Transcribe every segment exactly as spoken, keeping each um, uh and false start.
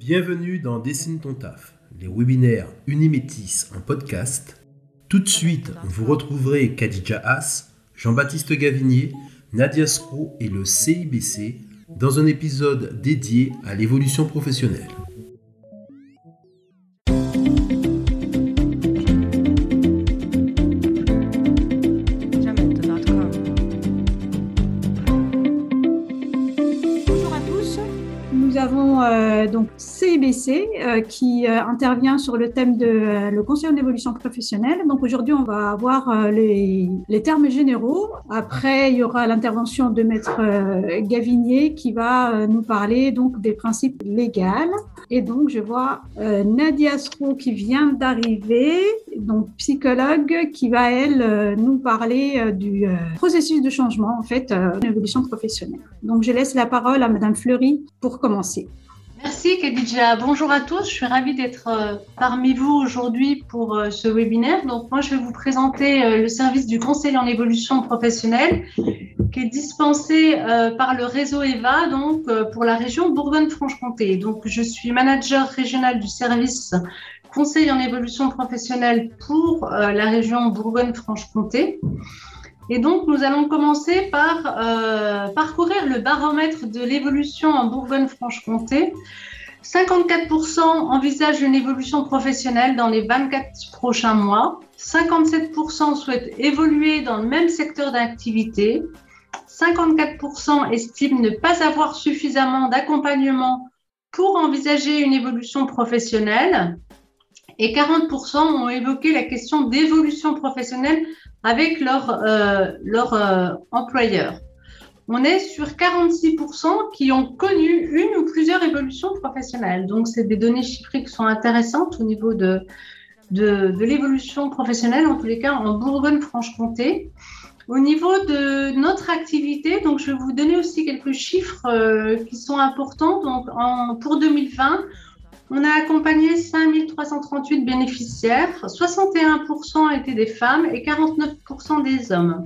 Bienvenue dans Dessine ton taf, les webinaires Unimétis en podcast. Tout de suite, vous retrouverez Khadija Haas, Jean-Baptiste Gavinier, Nadia Sro et le C I B C dans un épisode dédié à l'évolution professionnelle. Nous avons euh, donc C I B C euh, qui euh, intervient sur le thème de euh, le conseil en évolution professionnelle. Donc aujourd'hui, on va avoir euh, les, les termes généraux. Après, il y aura l'intervention de Maître euh, Gavinier qui va euh, nous parler donc des principes légaux. Et donc, je vois euh, Nadia Sro qui vient d'arriver, donc psychologue, qui va elle euh, nous parler euh, du euh, processus de changement en fait euh, en évolution professionnelle. Donc, je laisse la parole à Madame Fleury pour commencer. Merci Khadija. Bonjour à tous. Je suis ravie d'être euh, parmi vous aujourd'hui pour euh, ce webinaire. Donc moi, je vais vous présenter euh, le service du conseil en évolution professionnelle qui est dispensé euh, par le réseau E V A donc euh, pour la région Bourgogne-Franche-Comté. Donc je suis manager régional du service conseil en évolution professionnelle pour euh, la région Bourgogne-Franche-Comté. Et donc, nous allons commencer par euh, parcourir le baromètre de l'évolution en Bourgogne-Franche-Comté. cinquante-quatre pour cent envisagent une évolution professionnelle dans les vingt-quatre prochains mois. cinquante-sept pour cent souhaitent évoluer dans le même secteur d'activité. cinquante-quatre pour cent estiment ne pas avoir suffisamment d'accompagnement pour envisager une évolution professionnelle. Et quarante pour cent ont évoqué la question d'évolution professionnelle avec leur, euh, leur euh, employeur. On est sur quarante-six pour cent qui ont connu une ou plusieurs évolutions professionnelles. Donc, c'est des données chiffrées qui sont intéressantes au niveau de, de, de l'évolution professionnelle, en tous les cas en Bourgogne-Franche-Comté. Au niveau de notre activité, donc je vais vous donner aussi quelques chiffres euh, qui sont importants. Donc, en, pour deux mille vingt, on a accompagné cinq mille trois cent trente-huit bénéficiaires, soixante et un pour cent étaient des femmes et quarante-neuf pour cent des hommes.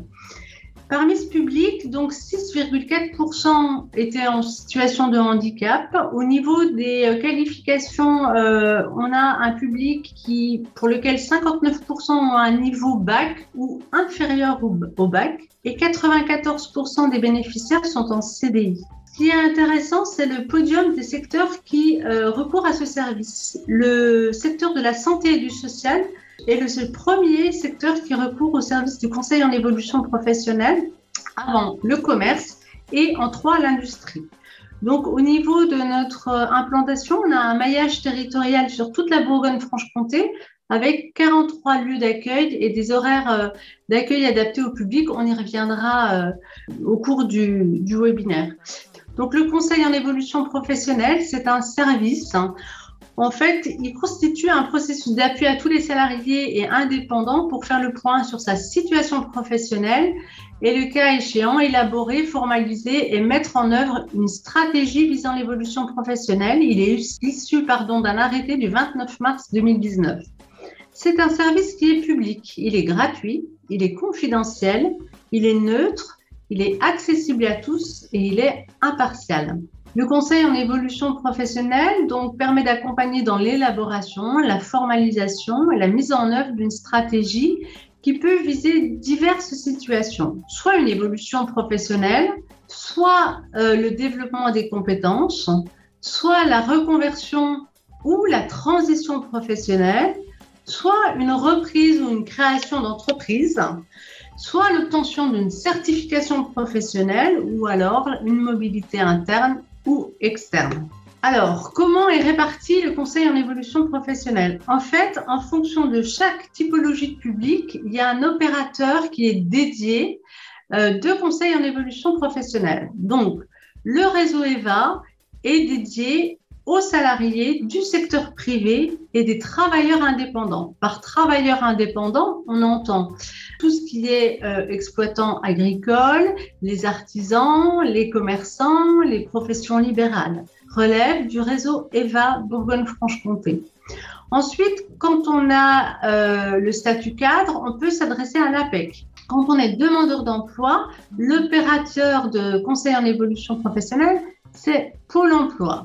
Parmi ce public, donc six virgule quatre pour cent étaient en situation de handicap. Au niveau des qualifications, euh, on a un public qui, pour lequel cinquante-neuf pour cent ont un niveau bac ou inférieur au, au bac et quatre-vingt-quatorze pour cent des bénéficiaires sont en C D I. Ce qui est intéressant, c'est le podium des secteurs qui euh, recourent à ce service. Le secteur de la santé et du social est le premier secteur qui recourt au service du conseil en évolution professionnelle, avant le commerce et en trois l'industrie. Donc au niveau de notre implantation, on a un maillage territorial sur toute la Bourgogne-Franche-Comté avec quarante-trois lieux d'accueil et des horaires d'accueil adaptés au public. On y reviendra au cours du, du webinaire. Donc, le conseil en évolution professionnelle, c'est un service. En fait, il constitue un processus d'appui à tous les salariés et indépendants pour faire le point sur sa situation professionnelle et, le cas échéant, élaborer, formaliser et mettre en œuvre une stratégie visant l'évolution professionnelle. Il est issu pardon, d'un arrêté du vingt-neuf mars deux mille dix-neuf. C'est un service qui est public. Il est gratuit, il est confidentiel, il est neutre, il est accessible à tous et il est impartial. Le conseil en évolution professionnelle donc, permet d'accompagner dans l'élaboration, la formalisation et la mise en œuvre d'une stratégie qui peut viser diverses situations, soit une évolution professionnelle, soit euh, le développement des compétences, soit la reconversion ou la transition professionnelle, soit une reprise ou une création d'entreprise, soit l'obtention d'une certification professionnelle ou alors une mobilité interne ou externe. Alors, comment est réparti le conseil en évolution professionnelle ? En fait, en fonction de chaque typologie de public, il y a un opérateur qui est dédié euh, de conseil en évolution professionnelle. Donc, le réseau E V A est dédié aux salariés du secteur privé et des travailleurs indépendants. Par travailleurs indépendants, on entend tout ce qui est euh, exploitants agricoles, les artisans, les commerçants, les professions libérales, relève du réseau E V A Bourgogne-Franche-Comté. Ensuite, quand on a euh, le statut cadre, on peut s'adresser à l'A P E C. Quand on est demandeur d'emploi, l'opérateur de conseil en évolution professionnelle, c'est Pôle emploi.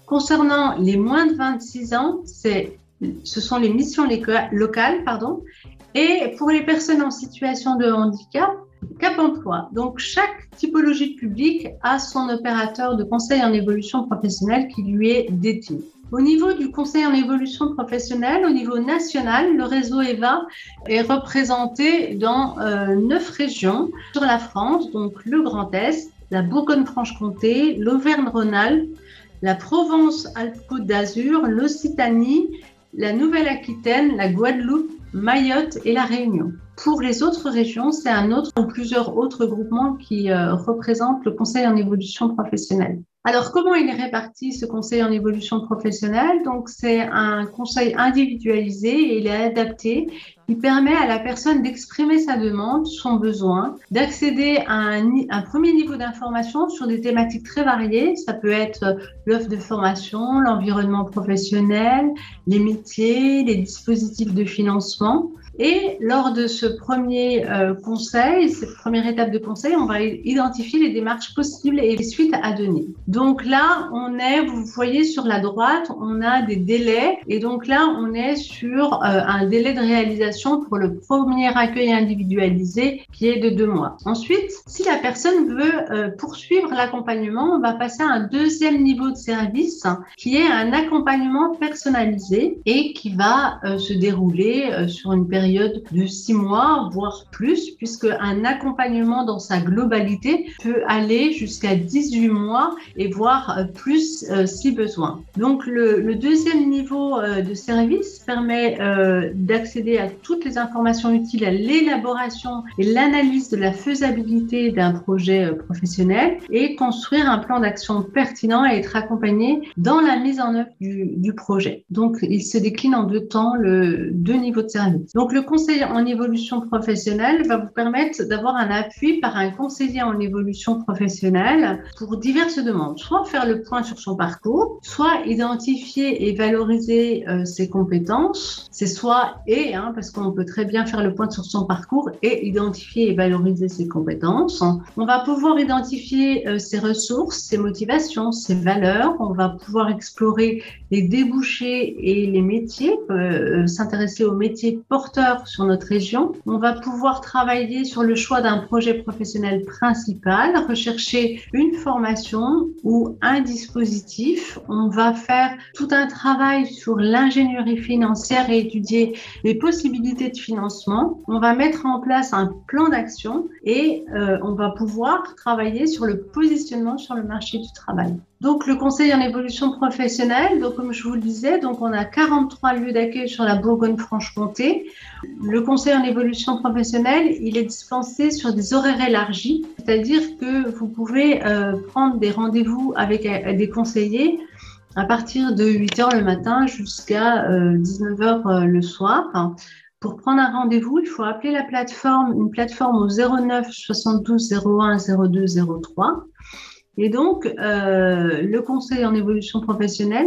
Concernant les moins de vingt-six ans, c'est, ce sont les missions locales, pardon, et pour les personnes en situation de handicap, Cap Emploi. Donc, chaque typologie de public a son opérateur de conseil en évolution professionnelle qui lui est dédié. Au niveau du conseil en évolution professionnelle, au niveau national, le réseau E V A est représenté dans euh, neuf régions sur la France, donc le Grand Est, la Bourgogne-Franche-Comté, l'Auvergne-Rhône-Alpes, la Provence-Alpes-Côte d'Azur, l'Occitanie, la Nouvelle-Aquitaine, la Guadeloupe, Mayotte et la Réunion. Pour les autres régions, c'est un autre ou plusieurs autres groupements qui euh, représentent le conseil en évolution professionnelle. Alors, comment il est réparti ce conseil en évolution professionnelle? Donc, c'est un conseil individualisé et il est adapté. Il permet à la personne d'exprimer sa demande, son besoin, d'accéder à un, un premier niveau d'information sur des thématiques très variées. Ça peut être l'offre de formation, l'environnement professionnel, les métiers, les dispositifs de financement. Et lors de ce premier euh, conseil, cette première étape de conseil, on va identifier les démarches possibles et les suites à donner. Donc là, on est, vous voyez sur la droite, on a des délais. Et donc là, on est sur euh, un délai de réalisation pour le premier accueil individualisé qui est de deux mois. Ensuite, si la personne veut euh, poursuivre l'accompagnement, on va passer à un deuxième niveau de service qui est un accompagnement personnalisé et qui va euh, se dérouler euh, sur une période de six mois, voire plus, puisque un accompagnement dans sa globalité peut aller jusqu'à dix-huit mois et voire plus euh, si besoin. Donc, le, le deuxième niveau euh, de service permet euh, d'accéder à toutes les informations utiles à l'élaboration et l'analyse de la faisabilité d'un projet euh, professionnel et construire un plan d'action pertinent et être accompagné dans la mise en œuvre du, du projet. Donc, il se décline en deux temps, le deux niveaux de service. Donc, le conseil en évolution professionnelle va vous permettre d'avoir un appui par un conseiller en évolution professionnelle pour diverses demandes. Soit faire le point sur son parcours, soit identifier et valoriser euh, ses compétences. C'est soit et, hein, parce qu'on peut très bien faire le point sur son parcours et identifier et valoriser ses compétences. On va pouvoir identifier euh, ses ressources, ses motivations, ses valeurs. On va pouvoir explorer les débouchés et les métiers, euh, s'intéresser aux métiers porteurs sur notre région. On va pouvoir travailler sur le choix d'un projet professionnel principal, rechercher une formation ou un dispositif. On va faire tout un travail sur l'ingénierie financière et étudier les possibilités de financement. On va mettre en place un plan d'action et euh, on va pouvoir travailler sur le positionnement sur le marché du travail. Donc, le conseil en évolution professionnelle, donc, comme je vous le disais, donc, on a quarante-trois lieux d'accueil sur la Bourgogne-Franche-Comté. Le conseil en évolution professionnelle, il est dispensé sur des horaires élargis, c'est-à-dire que vous pouvez euh, prendre des rendez-vous avec euh, des conseillers à partir de huit heures le matin jusqu'à euh, dix-neuf heures euh, le soir. Pour prendre un rendez-vous, il faut appeler la plateforme, une plateforme au zéro neuf soixante-douze zéro un zéro deux zéro trois. Et donc, euh, le conseil en évolution professionnelle,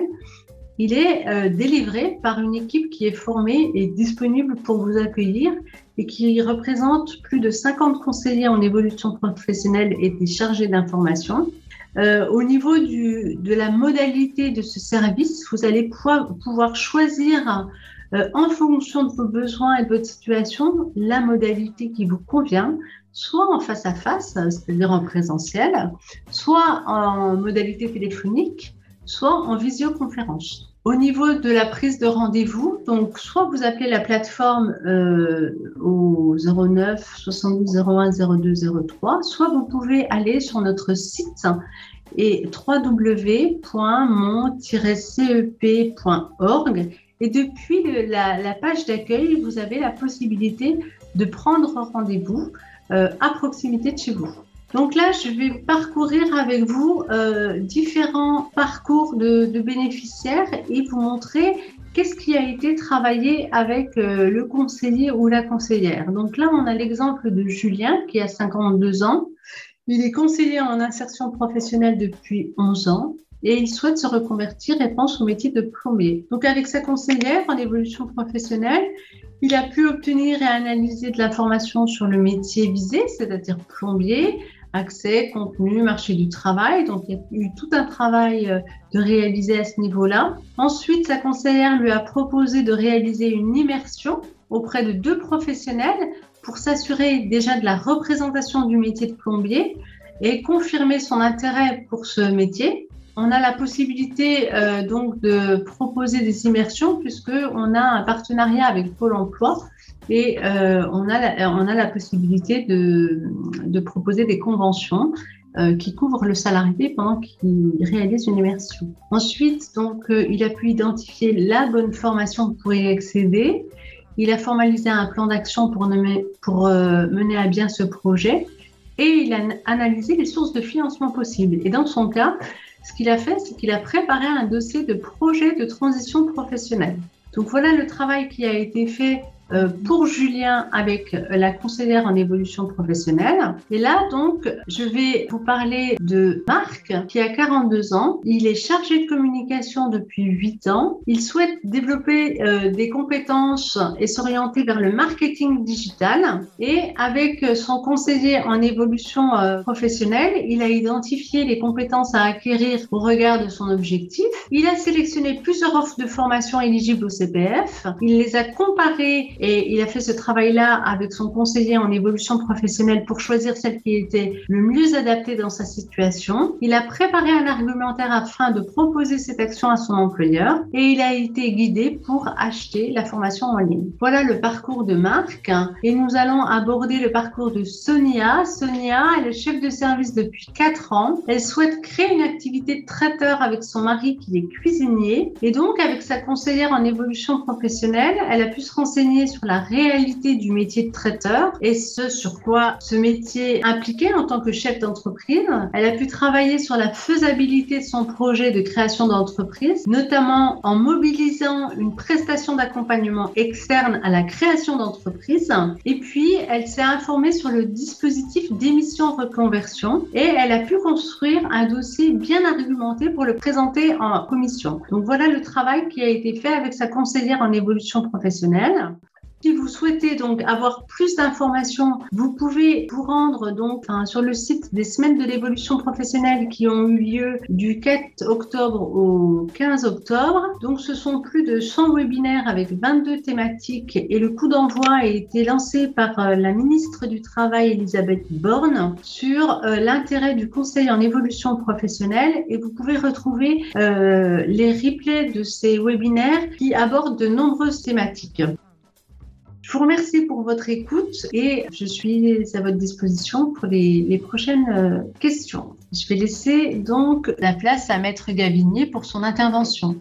il est euh, délivré par une équipe qui est formée et disponible pour vous accueillir et qui représente plus de cinquante conseillers en évolution professionnelle et des chargés d'information. Euh, au niveau du, de la modalité de ce service, vous allez pouvoir, pouvoir choisir euh, en fonction de vos besoins et de votre situation la modalité qui vous convient, soit en face à face, c'est-à-dire en présentiel, soit en modalité téléphonique, soit en visioconférence. Au niveau de la prise de rendez-vous, donc soit vous appelez la plateforme euh, au zéro neuf soixante-douze zéro un zéro deux zéro trois, soit vous pouvez aller sur notre site et w w w point mon tiret c e p point org et depuis le, la, la page d'accueil, vous avez la possibilité de prendre rendez-vous euh, à proximité de chez vous. Donc là, je vais parcourir avec vous euh, différents parcours de, de bénéficiaires et vous montrer qu'est-ce qui a été travaillé avec euh, le conseiller ou la conseillère. Donc là, on a l'exemple de Julien qui a cinquante-deux ans. Il est conseiller en insertion professionnelle depuis onze ans et il souhaite se reconvertir et pense au métier de plombier. Donc avec sa conseillère en évolution professionnelle, il a pu obtenir et analyser de l'information sur le métier visé, c'est-à-dire plombier, accès, contenu, marché du travail. Donc, il y a eu tout un travail de réaliser à ce niveau-là. Ensuite, sa conseillère lui a proposé de réaliser une immersion auprès de deux professionnels pour s'assurer déjà de la représentation du métier de plombier et confirmer son intérêt pour ce métier. On a la possibilité euh, donc de proposer des immersions puisqu'on a un partenariat avec Pôle emploi et euh, on, a la, on a la possibilité de, de proposer des conventions euh, qui couvrent le salarié pendant qu'il réalise une immersion. Ensuite, donc, euh, il a pu identifier la bonne formation pour y accéder. Il a formalisé un plan d'action pour, nommer, pour euh, mener à bien ce projet et il a analysé les sources de financement possibles. Et dans son cas, ce qu'il a fait, c'est qu'il a préparé un dossier de projet de transition professionnelle. Donc voilà le travail qui a été fait euh, pour Julien avec la conseillère en évolution professionnelle. Et là, donc, je vais vous parler de Marc, qui a quarante-deux ans. Il est chargé de communication depuis huit ans. Il souhaite développer euh, des compétences et s'orienter vers le marketing digital. Et avec son conseiller en évolution euh, professionnelle, il a identifié les compétences à acquérir au regard de son objectif. Il a sélectionné plusieurs offres de formation éligibles au C P F. Il les a comparées et il a fait ce travail-là avec son conseiller en évolution professionnelle pour choisir celle qui était le mieux adaptée dans sa situation. Il a préparé un argumentaire afin de proposer cette action à son employeur et il a été guidé pour acheter la formation en ligne. Voilà le parcours de Marc et nous allons aborder le parcours de Sonia. Sonia, elle est chef de service depuis quatre ans. Elle souhaite créer une activité de traiteur avec son mari qui est cuisinier et donc avec sa conseillère en évolution professionnelle, elle a pu se renseigner sur la réalité du métier de traiteur et ce sur quoi ce métier impliquait en tant que chef d'entreprise. Elle a pu travailler sur la faisabilité de son projet de création d'entreprise, notamment en mobilisant une prestation d'accompagnement externe à la création d'entreprise. Et puis, elle s'est informée sur le dispositif d'émission reconversion et elle a pu construire un dossier bien argumenté pour le présenter en commission. Donc voilà le travail qui a été fait avec sa conseillère en évolution professionnelle. Si vous souhaitez donc avoir plus d'informations, vous pouvez vous rendre donc enfin, sur le site des semaines de l'évolution professionnelle qui ont eu lieu du quatre octobre au quinze octobre. Donc ce sont plus de cent webinaires avec vingt-deux thématiques et le coup d'envoi a été lancé par euh, la ministre du Travail Elisabeth Borne sur euh, l'intérêt du conseil en évolution professionnelle et vous pouvez retrouver euh, les replays de ces webinaires qui abordent de nombreuses thématiques. Je vous remercie pour votre écoute et je suis à votre disposition pour les, les prochaines euh, questions. Je vais laisser donc la place à Maître Gavinier pour son intervention.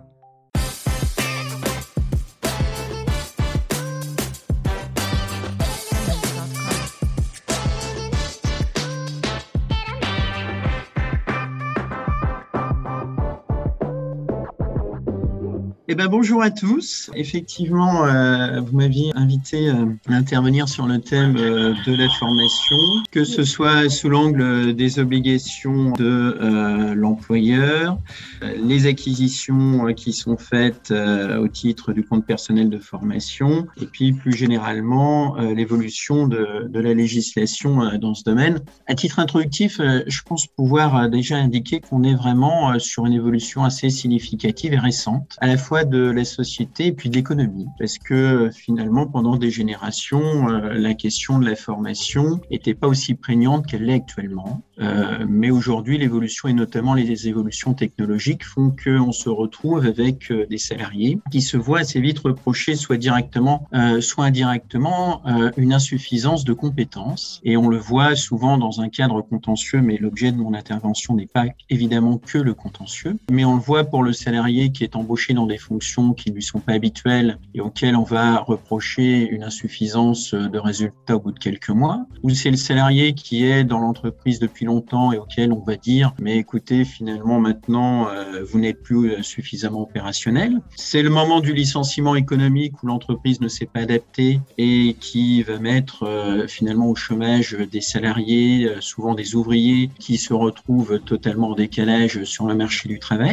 Eh ben, bonjour à tous. Effectivement, euh, vous m'aviez invité euh, à intervenir sur le thème euh, de la formation, que ce soit sous l'angle des obligations de euh, l'employeur, euh, les acquisitions euh, qui sont faites euh, au titre du compte personnel de formation, et puis plus généralement euh, l'évolution de, de la législation euh, dans ce domaine. À titre introductif, euh, je pense pouvoir euh, déjà indiquer qu'on est vraiment euh, sur une évolution assez significative et récente, à la fois de la société et puis de l'économie, parce que finalement pendant des générations euh, la question de la formation n'était pas aussi prégnante qu'elle l'est actuellement, euh, mais aujourd'hui l'évolution et notamment les évolutions technologiques font qu'on se retrouve avec euh, des salariés qui se voient assez vite reprocher soit directement euh, soit indirectement euh, une insuffisance de compétences, et on le voit souvent dans un cadre contentieux, mais l'objet de mon intervention n'est pas évidemment que le contentieux, mais on le voit pour le salarié qui est embauché dans des fonctions qui ne lui sont pas habituelles et auxquelles on va reprocher une insuffisance de résultats au bout de quelques mois, ou c'est le salarié qui est dans l'entreprise depuis longtemps et auquel on va dire « mais écoutez, finalement maintenant, euh, vous n'êtes plus suffisamment opérationnel ». C'est le moment du licenciement économique où l'entreprise ne s'est pas adaptée et qui va mettre euh, finalement au chômage des salariés, euh, souvent des ouvriers qui se retrouvent totalement en décalage sur le marché du travail.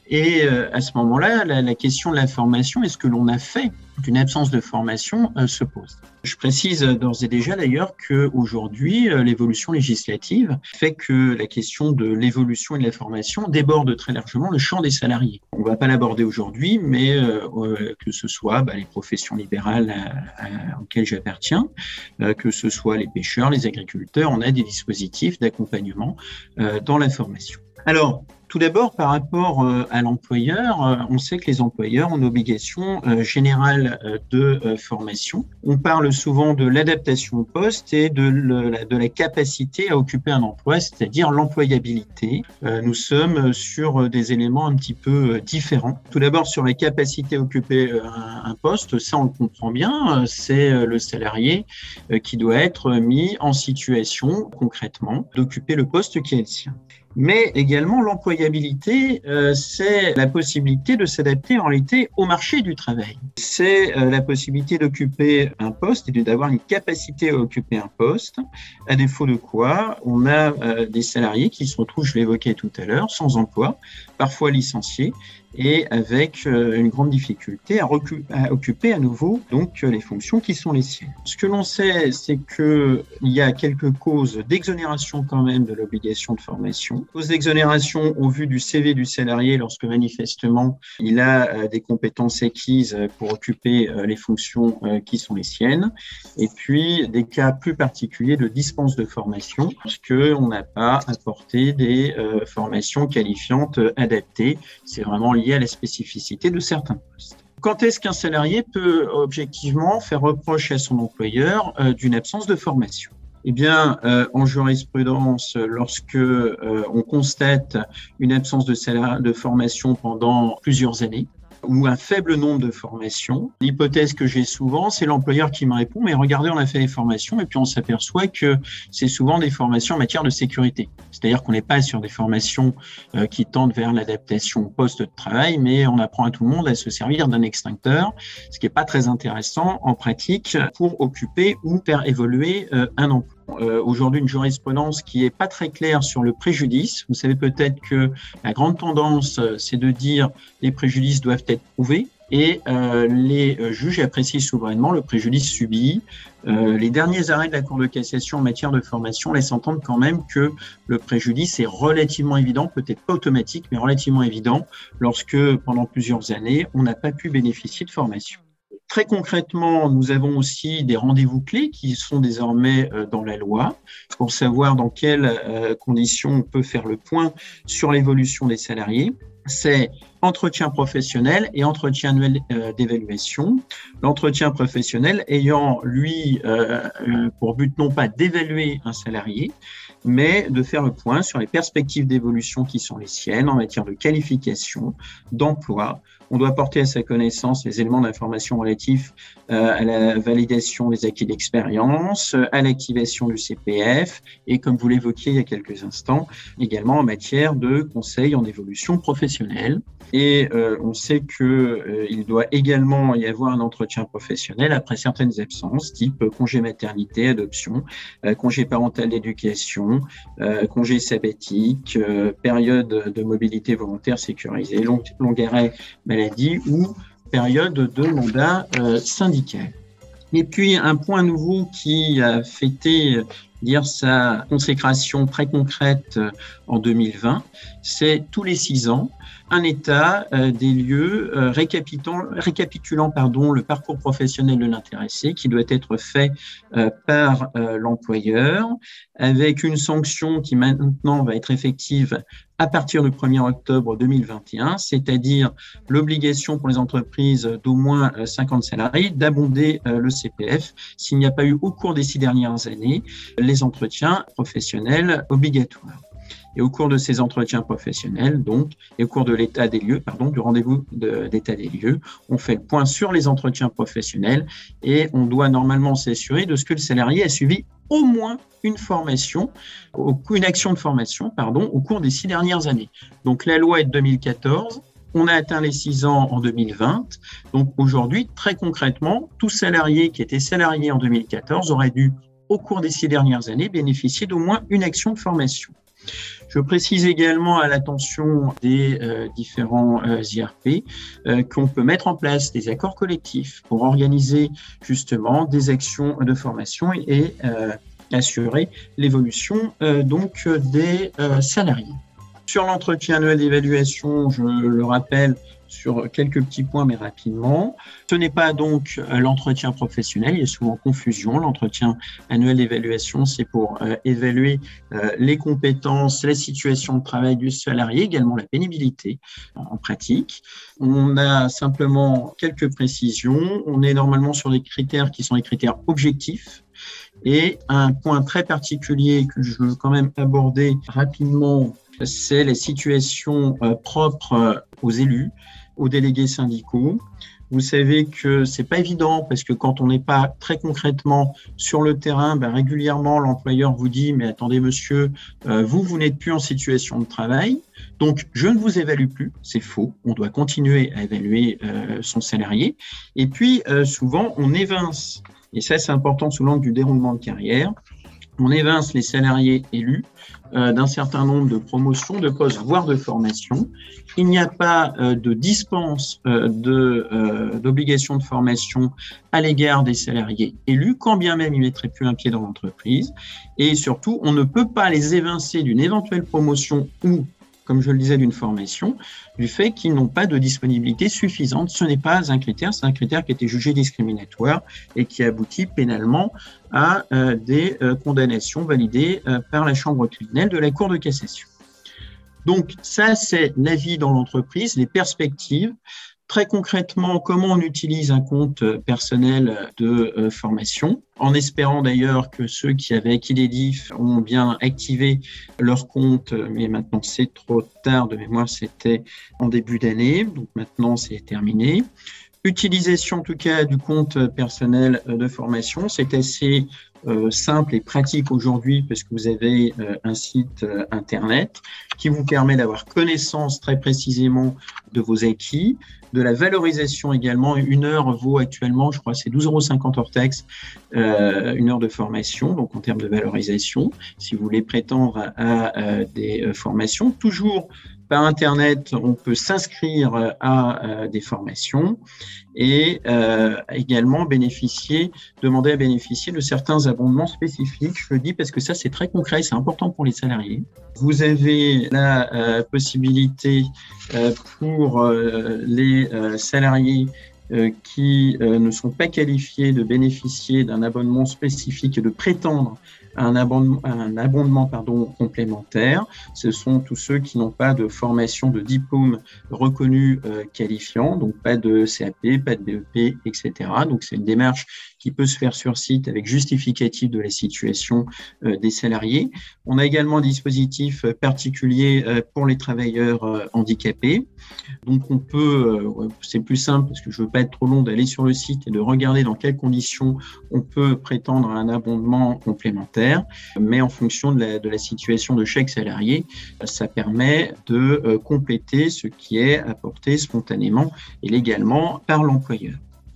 Et euh, à ce moment-là, la, la question de la formation, est-ce que l'on a fait d'une absence de formation, euh, se pose. Je précise d'ores et déjà d'ailleurs qu'aujourd'hui, euh, l'évolution législative fait que la question de l'évolution et de la formation déborde très largement le champ des salariés. On ne va pas l'aborder aujourd'hui, mais euh, euh, que ce soit bah, les professions libérales à, à, auxquelles j'appartiens, euh, que ce soit les pêcheurs, les agriculteurs, on a des dispositifs d'accompagnement euh, dans la formation. Alors, tout d'abord, par rapport euh, à l'employeur, euh, on sait que les employeurs ont une obligation euh, générale euh, de euh, formation. On parle souvent de l'adaptation au poste et de, le, la, de la capacité à occuper un emploi, c'est-à-dire l'employabilité. Euh, nous sommes sur des éléments un petit peu euh, différents. Tout d'abord, sur la capacité à occuper euh, un, un poste, ça on le comprend bien, euh, c'est euh, le salarié euh, qui doit être mis en situation, concrètement, d'occuper le poste qui est le sien. Mais également, l'employabilité, euh, c'est la possibilité de s'adapter en réalité au marché du travail. C'est euh, la possibilité d'occuper un poste et d'avoir une capacité à occuper un poste, à défaut de quoi on a euh, des salariés qui se retrouvent, je l'évoquais tout à l'heure, sans emploi, parfois licenciés, et avec euh, une grande difficulté à, recu- à occuper à nouveau donc euh, les fonctions qui sont les siennes. Ce que l'on sait, c'est qu'il y a quelques causes d'exonération quand même de l'obligation de formation. Causes d'exonération au vu du C V du salarié lorsque manifestement il a euh, des compétences acquises pour occuper euh, les fonctions euh, qui sont les siennes. Et puis des cas plus particuliers de dispense de formation parce qu'on n'a pas apporté des euh, formations qualifiantes euh, adaptées. C'est vraiment lié à la spécificité de certains postes. Quand est-ce qu'un salarié peut objectivement faire reproche à son employeur euh, d'une absence de formation ? Eh bien, euh, en jurisprudence, lorsque euh, on constate une absence de, salari- de formation pendant plusieurs années, ou un faible nombre de formations. L'hypothèse que j'ai souvent, c'est l'employeur qui me répond « mais regardez, on a fait des formations » et puis on s'aperçoit que c'est souvent des formations en matière de sécurité. C'est-à-dire qu'on n'est pas sur des formations euh, qui tendent vers l'adaptation au poste de travail, mais on apprend à tout le monde à se servir d'un extincteur, ce qui n'est pas très intéressant en pratique pour occuper ou faire évoluer euh, un emploi. Euh, aujourd'hui une jurisprudence qui est pas très claire sur le préjudice. Vous savez peut-être que la grande tendance, c'est de dire les préjudices doivent être prouvés et euh, les euh, juges apprécient souverainement le préjudice subi. Euh, les derniers arrêts de la Cour de cassation en matière de formation laissent entendre quand même que le préjudice est relativement évident, peut-être pas automatique, mais relativement évident lorsque pendant plusieurs années, on n'a pas pu bénéficier de formation. Très concrètement, nous avons aussi des rendez-vous clés qui sont désormais dans la loi pour savoir dans quelles conditions on peut faire le point sur l'évolution des salariés. C'est entretien professionnel et entretien annuel d'évaluation. L'entretien professionnel ayant, lui, pour but non pas d'évaluer un salarié, mais de faire le point sur les perspectives d'évolution qui sont les siennes en matière de qualification, d'emploi. On doit porter à sa connaissance les éléments d'information relatifs euh, à la validation des acquis d'expérience, à l'activation du C P F et, comme vous l'évoquiez il y a quelques instants, également en matière de conseil en évolution professionnelle. Et euh, on sait qu'il euh, doit également y avoir un entretien professionnel après certaines absences, type congé maternité, adoption, euh, congé parental d'éducation, euh, congé sabbatique, euh, période de mobilité volontaire sécurisée, long, long arrêt maladie ou période de mandat euh, syndical. Et puis, un point nouveau qui a fêté dire sa consécration très concrète en deux mille vingt, c'est tous les six ans, un état euh, des lieux euh, récapitulant, récapitulant pardon, le parcours professionnel de l'intéressé qui doit être fait euh, par euh, l'employeur avec une sanction qui maintenant va être effective à partir du premier octobre deux mille vingt et un, c'est-à-dire l'obligation pour les entreprises d'au moins cinquante salariés d'abonder euh, le C P F s'il n'y a pas eu au cours des six dernières années les entretiens professionnels obligatoires. Et au cours de ces entretiens professionnels, donc, et au cours de l'état des lieux, pardon, du rendez-vous de, d'état des lieux, on fait le point sur les entretiens professionnels et on doit normalement s'assurer de ce que le salarié a suivi au moins une formation, une action de formation, pardon, au cours des six dernières années. Donc, la loi est de deux mille quatorze. On a atteint les six ans en deux mille vingt. Donc, aujourd'hui, très concrètement, tout salarié qui était salarié en deux mille quatorze aurait dû, au cours des six dernières années, bénéficier d'au moins une action de formation. Je précise également à l'attention des euh, différents euh, I R P euh, qu'on peut mettre en place des accords collectifs pour organiser justement des actions de formation et, et euh, assurer l'évolution euh, donc des euh, salariés. Sur l'entretien annuel d'évaluation, je le rappelle sur quelques petits points, mais rapidement. Ce n'est pas donc l'entretien professionnel, il y a souvent confusion. L'entretien annuel d'évaluation, c'est pour euh, évaluer euh, les compétences, la situation de travail du salarié, également la pénibilité en, en pratique. On a simplement quelques précisions. On est normalement sur des critères qui sont des critères objectifs. Et un point très particulier que je veux quand même aborder rapidement, c'est les situations euh, propres euh, aux élus, aux délégués syndicaux. Vous savez que c'est pas évident parce que quand on n'est pas très concrètement sur le terrain, ben régulièrement l'employeur vous dit mais attendez monsieur, euh, vous vous n'êtes plus en situation de travail, donc je ne vous évalue plus. C'est faux. On doit continuer à évaluer euh, son salarié. Et puis euh, souvent on évince. Et ça, c'est important sous l'angle du déroulement de carrière. On évince les salariés élus euh, d'un certain nombre de promotions, de postes, voire de formations. Il n'y a pas euh, de dispense euh, de, euh, d'obligation de formation à l'égard des salariés élus, quand bien même ils ne mettraient plus un pied dans l'entreprise. Et surtout, on ne peut pas les évincer d'une éventuelle promotion ou, comme je le disais, d'une formation, du fait qu'ils n'ont pas de disponibilité suffisante. Ce n'est pas un critère, c'est un critère qui a été jugé discriminatoire et qui aboutit pénalement à euh, des euh, condamnations validées euh, par la chambre criminelle de la Cour de cassation. Donc ça, c'est la vie dans l'entreprise, les perspectives. Très concrètement, comment on utilise un compte personnel de euh, formation, en espérant d'ailleurs que ceux qui avaient acquis les D I F ont bien activé leur compte, mais maintenant c'est trop tard, de mémoire c'était en début d'année, donc maintenant c'est terminé. Utilisation en tout cas du compte personnel de formation, c'est assez euh, simple et pratique aujourd'hui parce que vous avez euh, un site euh, internet qui vous permet d'avoir connaissance très précisément de vos acquis, de la valorisation également. Une heure vaut actuellement, je crois, c'est douze euros cinquante hors taxe, euh, une heure de formation, donc en termes de valorisation, si vous voulez prétendre à, à, à des euh, formations. Toujours par Internet, on peut s'inscrire à euh, des formations et euh, également bénéficier, demander à bénéficier de certains abondements spécifiques. Je le dis parce que ça, c'est très concret, c'est important pour les salariés. Vous avez la euh, possibilité euh, pour euh, les euh, salariés euh, qui euh, ne sont pas qualifiés de bénéficier d'un abonnement spécifique et de prétendre un abondement, un abondement pardon, complémentaire. Ce sont tous ceux qui n'ont pas de formation, de diplôme reconnu euh, qualifiant, donc pas de C A P, pas de B E P, et cetera. Donc c'est une démarche qui peut se faire sur site avec justificatif de la situation euh, des salariés. On a également un dispositif particulier euh, pour les travailleurs euh, handicapés. Donc on peut, euh, c'est plus simple parce que je ne veux pas être trop long d'aller sur le site et de regarder dans quelles conditions on peut prétendre à un abondement complémentaire. Mais en fonction de la, de la situation de chaque salarié, ça permet de euh, compléter ce qui est apporté spontanément et légalement par l'employeur.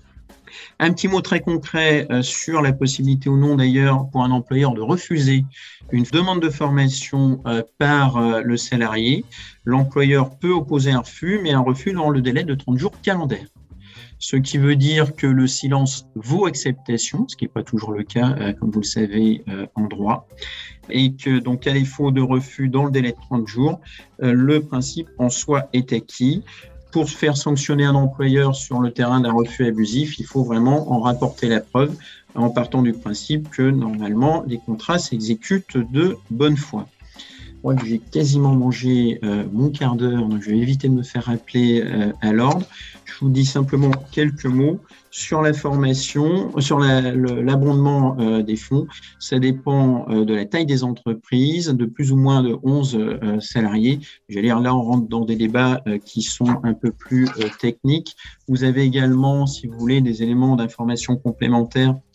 Un petit mot très concret euh, sur la possibilité ou non d'ailleurs pour un employeur de refuser une demande de formation euh, par euh, le salarié. L'employeur peut opposer un refus, mais un refus dans le délai de trente jours calendaires. Ce qui veut dire que le silence vaut acceptation, ce qui n'est pas toujours le cas, euh, comme vous le savez, euh, en droit, et que donc à défaut de refus dans le délai de trente jours, euh, le principe en soi est acquis. Pour faire sanctionner un employeur sur le terrain d'un refus abusif, il faut vraiment en rapporter la preuve en partant du principe que normalement les contrats s'exécutent de bonne foi. Moi, j'ai quasiment mangé euh, mon quart d'heure, donc je vais éviter de me faire rappeler euh, à l'ordre. Je vous dis simplement quelques mots sur la formation, sur la, le, l'abondement euh, des fonds. Ça dépend euh, de la taille des entreprises, de plus ou moins de onze euh, salariés. J'allais dire, là, on rentre dans des débats euh, qui sont un peu plus euh, techniques. Vous avez également, si vous voulez, des éléments d'information complémentaires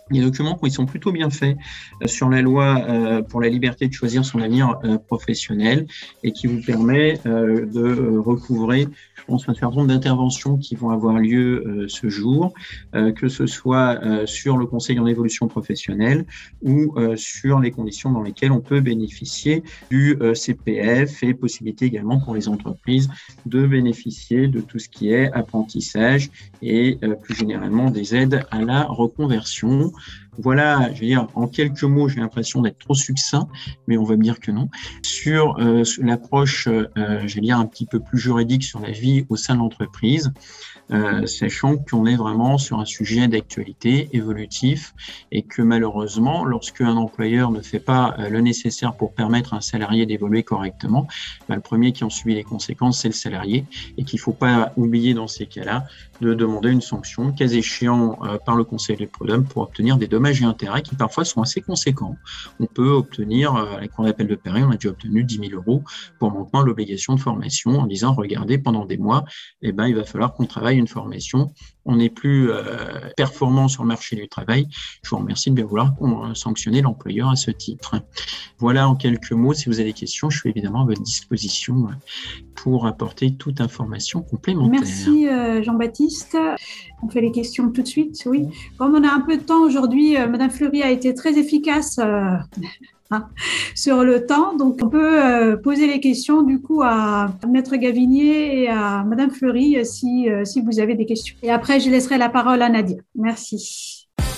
des documents qui sont plutôt bien faits euh, sur la loi euh, pour la liberté de choisir son avenir euh, professionnel et qui vous permet euh, de euh, recouvrer, je pense, un certain nombre d'interventions qui vont avoir lieu euh, ce jour, euh, que ce soit euh, sur le conseil en évolution professionnelle ou euh, sur les conditions dans lesquelles on peut bénéficier du euh, C P F et possibilité également pour les entreprises de bénéficier de tout ce qui est apprentissage et euh, plus généralement des aides à la reconversion. Voilà, je veux dire, en quelques mots, j'ai l'impression d'être trop succinct, mais on va me dire que non. Sur euh, l'approche, euh, je vais dire, un petit peu plus juridique sur la vie au sein de l'entreprise, euh, sachant qu'on est vraiment sur un sujet d'actualité évolutif et que malheureusement, lorsque un employeur ne fait pas euh, le nécessaire pour permettre à un salarié d'évoluer correctement, bah, le premier qui en subit les conséquences, c'est le salarié, et qu'il ne faut pas oublier dans ces cas-là de demander une sanction, cas échéant euh, par le conseil des prud'hommes, pour obtenir des dommages et intérêts qui parfois sont assez conséquents. On peut obtenir, euh, à la cour d'appel de Paris, on a déjà obtenu dix mille euros pour manquement à l'obligation de formation en disant, regardez, pendant des mois, eh ben, il va falloir qu'on travaille une formation. On n'est plus euh, performant sur le marché du travail. Je vous remercie de bien vouloir euh, sanctionner l'employeur à ce titre. Voilà en quelques mots. Si vous avez des questions, je suis évidemment à votre disposition pour apporter toute information complémentaire. Merci euh, Jean-Baptiste. On fait les questions tout de suite. Oui. Comme on a un peu de temps aujourd'hui, euh, Madame Fleury a été très efficace euh, hein, sur le temps. Donc, on peut euh, poser les questions du coup à Maître Gavinier et à Madame Fleury euh, si, euh, si vous avez des questions. Et après, je laisserai la parole à Nadia. Merci.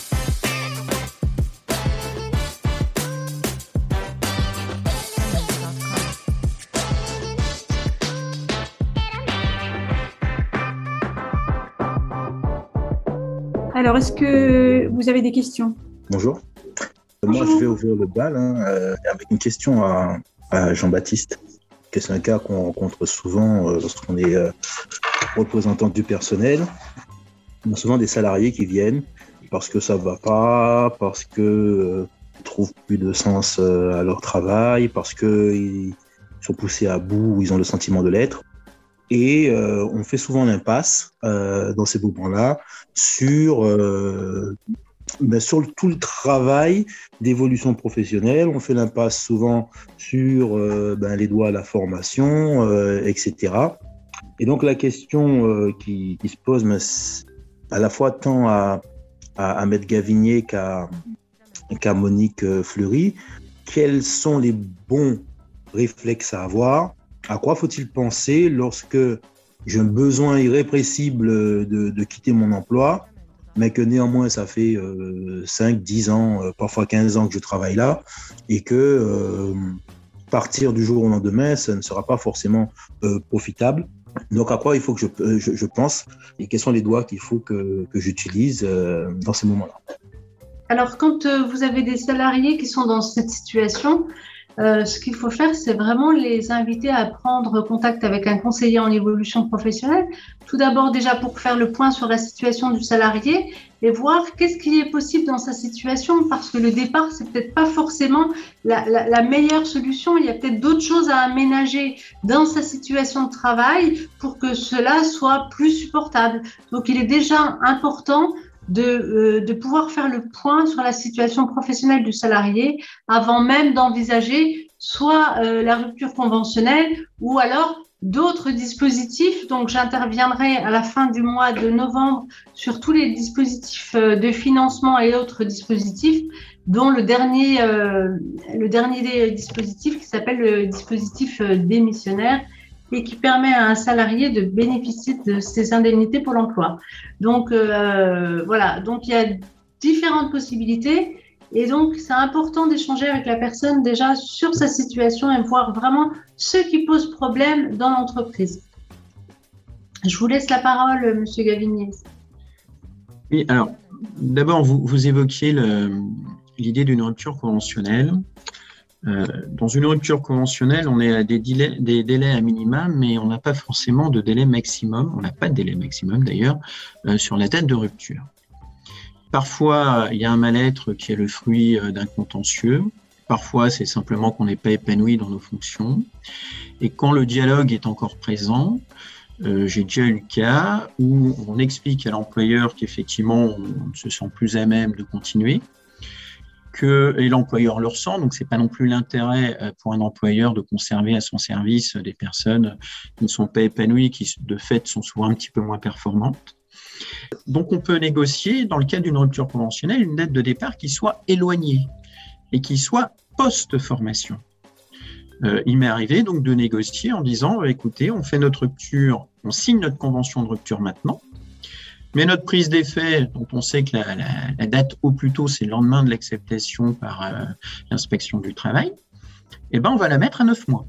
Alors, est-ce que vous avez des questions? Bonjour. Bonjour. Moi, je vais ouvrir le bal hein, euh, avec une question à, à Jean-Baptiste, que c'est un cas qu'on rencontre souvent euh, lorsqu'on est euh, représentant du personnel. On a souvent des salariés qui viennent parce que ça ne va pas, parce qu'ils euh, ne trouvent plus de sens euh, à leur travail, parce qu'ils sont poussés à bout ou ils ont le sentiment de l'être. Et euh, on fait souvent l'impasse euh, dans ces moments-là sur, euh, ben sur le, tout le travail d'évolution professionnelle. On fait l'impasse souvent sur euh, ben les droits à la formation, euh, et cetera. Et donc la question euh, qui, qui se pose, ben, à la fois tant à, à, à Maître Gavinier qu'à, qu'à Monique Fleury, quels sont les bons réflexes à avoir? À quoi faut-il penser lorsque j'ai un besoin irrépressible de, de quitter mon emploi, mais que néanmoins ça fait euh, cinq, dix ans, euh, parfois quinze ans que je travaille là, et que euh, partir du jour au lendemain, ça ne sera pas forcément euh, profitable. Donc à quoi il faut que je, je, je pense et quels sont les doigts qu'il faut que, que j'utilise euh, dans ces moments-là? Alors quand euh, vous avez des salariés qui sont dans cette situation, Euh, ce qu'il faut faire, c'est vraiment les inviter à prendre contact avec un conseiller en évolution professionnelle. Tout d'abord, déjà pour faire le point sur la situation du salarié et voir qu'est-ce qui est possible dans sa situation, parce que le départ, c'est peut-être pas forcément la, la, la meilleure solution. Il y a peut-être d'autres choses à aménager dans sa situation de travail pour que cela soit plus supportable. Donc, il est déjà important De, euh, de pouvoir faire le point sur la situation professionnelle du salarié avant même d'envisager soit euh, la rupture conventionnelle ou alors d'autres dispositifs. Donc, j'interviendrai à la fin du mois de novembre sur tous les dispositifs de financement et autres dispositifs, dont le dernier, euh, le dernier dispositif qui s'appelle le dispositif démissionnaire, et qui permet à un salarié de bénéficier de ses indemnités pour l'emploi. Donc, euh, voilà. Donc, il y a différentes possibilités. Et donc, c'est important d'échanger avec la personne déjà sur sa situation et voir vraiment ce qui pose problème dans l'entreprise. Je vous laisse la parole, Monsieur Gavinier. Oui, alors, d'abord, vous, vous évoquiez le, l'idée d'une rupture conventionnelle. Euh, dans une rupture conventionnelle, on est à des délais, des délais à minima, mais on n'a pas forcément de délai maximum. On n'a pas de délai maximum d'ailleurs euh, sur la date de rupture. Parfois, il y a un mal-être qui est le fruit euh, d'un contentieux. Parfois, c'est simplement qu'on n'est pas épanoui dans nos fonctions. Et quand le dialogue est encore présent, Euh, j'ai déjà eu le cas où on explique à l'employeur qu'effectivement, on ne se sent plus à même de continuer, que, et l'employeur le ressent, donc ce n'est pas non plus l'intérêt pour un employeur de conserver à son service des personnes qui ne sont pas épanouies, qui de fait sont souvent un petit peu moins performantes. Donc on peut négocier, dans le cas d'une rupture conventionnelle, une date de départ qui soit éloignée et qui soit post-formation. Euh, il m'est arrivé donc de négocier en disant, écoutez, on fait notre rupture, on signe notre convention de rupture maintenant, mais notre prise d'effet, dont on sait que la, la, la date au plus tôt, c'est le lendemain de l'acceptation par euh, l'inspection du travail, eh ben, on va la mettre à neuf mois.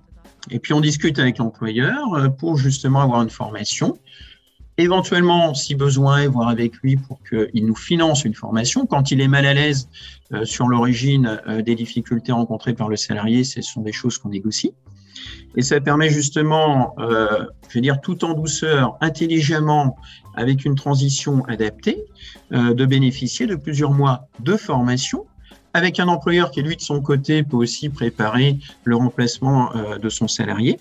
Et puis on discute avec l'employeur pour justement avoir une formation, éventuellement, si besoin, et voir avec lui pour qu'il nous finance une formation. Quand il est mal à l'aise euh, sur l'origine euh, des difficultés rencontrées par le salarié, ce sont des choses qu'on négocie. Et ça permet justement, euh, je vais dire, tout en douceur, intelligemment, avec une transition adaptée, euh, de bénéficier de plusieurs mois de formation, avec un employeur qui, lui, de son côté, peut aussi préparer le remplacement euh, de son salarié.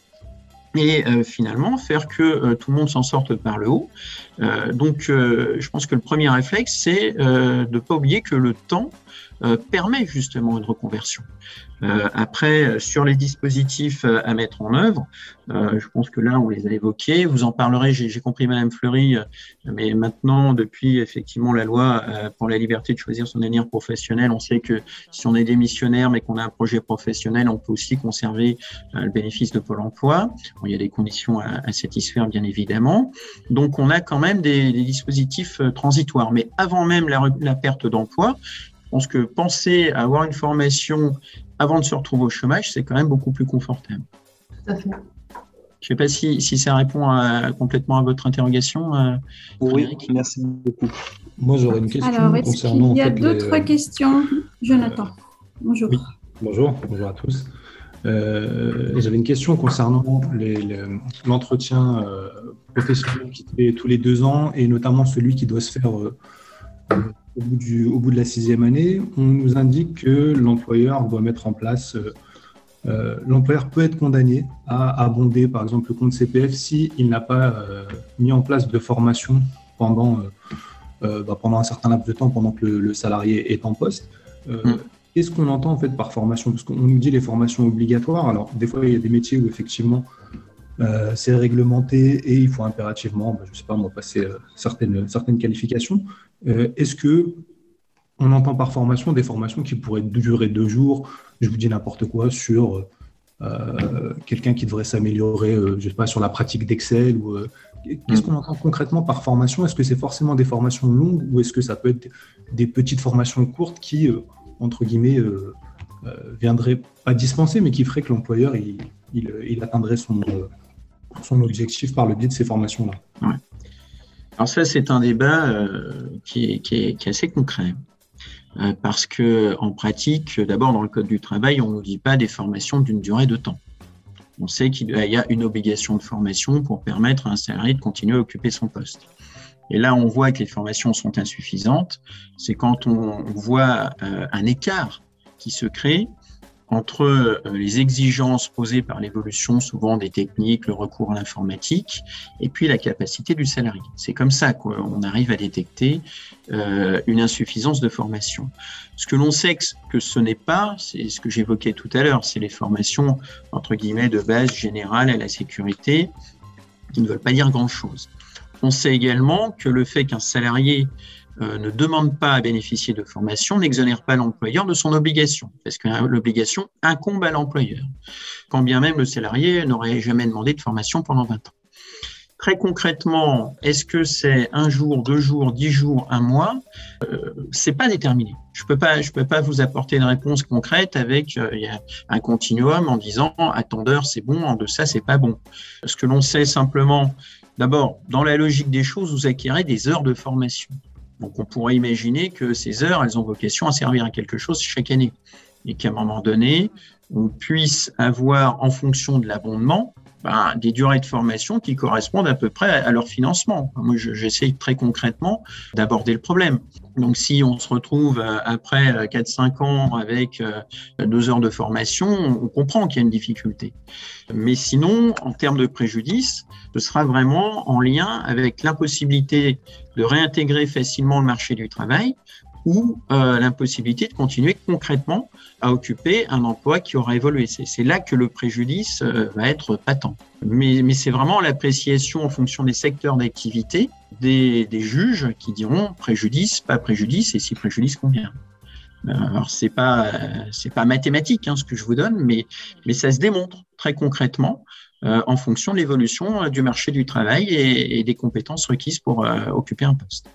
Et euh, finalement faire que euh, tout le monde s'en sorte par le haut. Euh, donc, euh, je pense que le premier réflexe, c'est euh, de ne pas oublier que le temps euh, permet justement une reconversion. Euh, après, sur les dispositifs à mettre en œuvre, euh, je pense que là, on les a évoqués. Vous en parlerez, j'ai, j'ai compris, Madame Fleury, mais maintenant, depuis effectivement la loi euh, pour la liberté de choisir son avenir professionnel, on sait que si on est démissionnaire, mais qu'on a un projet professionnel, on peut aussi conserver euh, le bénéfice de Pôle emploi. Bon, il y a des conditions à, à satisfaire, bien évidemment. Donc, on a quand même des, des dispositifs euh, transitoires. Mais avant même la, la perte d'emploi, je pense que penser à avoir une formation avant de se retrouver au chômage, c'est quand même beaucoup plus confortable. Tout à fait. Je ne sais pas si, si ça répond à, complètement à votre interrogation. Euh, oui, merci beaucoup. Moi, j'aurais une question Alors, est-ce concernant... qu'il y a en fait, d'autres les... questions? Jonathan, bonjour. Oui, bonjour, bonjour à tous. Euh, j'avais une question concernant les, les, l'entretien euh, professionnel qui se fait tous les deux ans et notamment celui qui doit se faire euh, au, bout du, au bout de la sixième année. On nous indique que l'employeur doit mettre en place, euh, euh, l'employeur peut être condamné à abonder par exemple le compte C P F s'il n'a pas euh, mis en place de formation pendant, euh, euh, bah, pendant un certain laps de temps pendant que le, le salarié est en poste. Euh, mmh. Qu'est-ce qu'on entend en fait par formation? Parce qu'on nous dit les formations obligatoires. Alors, des fois, il y a des métiers où effectivement, euh, c'est réglementé et il faut impérativement, bah, je ne sais pas, on va passer euh, certaines, certaines qualifications. Euh, est-ce que on entend par formation des formations qui pourraient durer deux jours, je vous dis n'importe quoi, sur euh, quelqu'un qui devrait s'améliorer, euh, je ne sais pas, sur la pratique d'Excel ou, euh, qu'est-ce qu'on entend concrètement par formation? Est-ce que c'est forcément des formations longues ou est-ce que ça peut être des petites formations courtes qui... Euh, entre guillemets, euh, euh, viendrait pas dispenser, mais qui ferait que l'employeur il, il, il atteindrait son, euh, son objectif par le biais de ces formations-là. Ouais. Alors ça, c'est un débat euh, qui, est, qui, est, qui est assez concret. Euh, parce qu'en pratique, d'abord dans le Code du travail, on ne nous dit pas des formations d'une durée de temps. On sait qu'il y a une obligation de formation pour permettre à un salarié de continuer à occuper son poste. Et là, on voit que les formations sont insuffisantes. C'est quand on voit euh, un écart qui se crée entre euh, les exigences posées par l'évolution, souvent des techniques, le recours à l'informatique, et puis la capacité du salarié. C'est comme ça qu'on arrive à détecter euh, une insuffisance de formation. Ce que l'on sait que ce n'est pas, c'est ce que j'évoquais tout à l'heure, c'est les formations, entre guillemets, de base générale à la sécurité, qui ne veulent pas dire grand-chose. On sait également que le fait qu'un salarié euh, ne demande pas à bénéficier de formation n'exonère pas l'employeur de son obligation, parce que euh, l'obligation incombe à l'employeur, quand bien même le salarié n'aurait jamais demandé de formation pendant vingt ans. Très concrètement, est-ce que c'est un jour, deux jours, dix jours, un mois? euh, C'est pas déterminé. Je peux pas, je peux pas vous apporter une réponse concrète avec euh, y a un continuum en disant à tant d'heures c'est bon, en deçà c'est pas bon. Ce que l'on sait simplement, d'abord, dans la logique des choses, vous acquérez des heures de formation. Donc, on pourrait imaginer que ces heures, elles ont vocation à servir à quelque chose chaque année. Et qu'à un moment donné, on puisse avoir, en fonction de l'abondement, ben, des durées de formation qui correspondent à peu près à leur financement. Moi, je, j'essaye très concrètement d'aborder le problème. Donc, si on se retrouve après quatre cinq ans avec deux heures de formation, on comprend qu'il y a une difficulté. Mais sinon, en termes de préjudice, ce sera vraiment en lien avec l'impossibilité de réintégrer facilement le marché du travail ou euh, l'impossibilité de continuer concrètement à occuper un emploi qui aura évolué. C'est, c'est là que le préjudice euh, va être patent. Mais, mais c'est vraiment l'appréciation en fonction des secteurs d'activité des, des juges qui diront préjudice, pas préjudice, et si préjudice, combien. Alors, c'est pas, c'est pas mathématique, hein, ce que je vous donne, mais, mais ça se démontre très concrètement euh, en fonction de l'évolution euh, du marché du travail et, et des compétences requises pour euh, occuper un poste.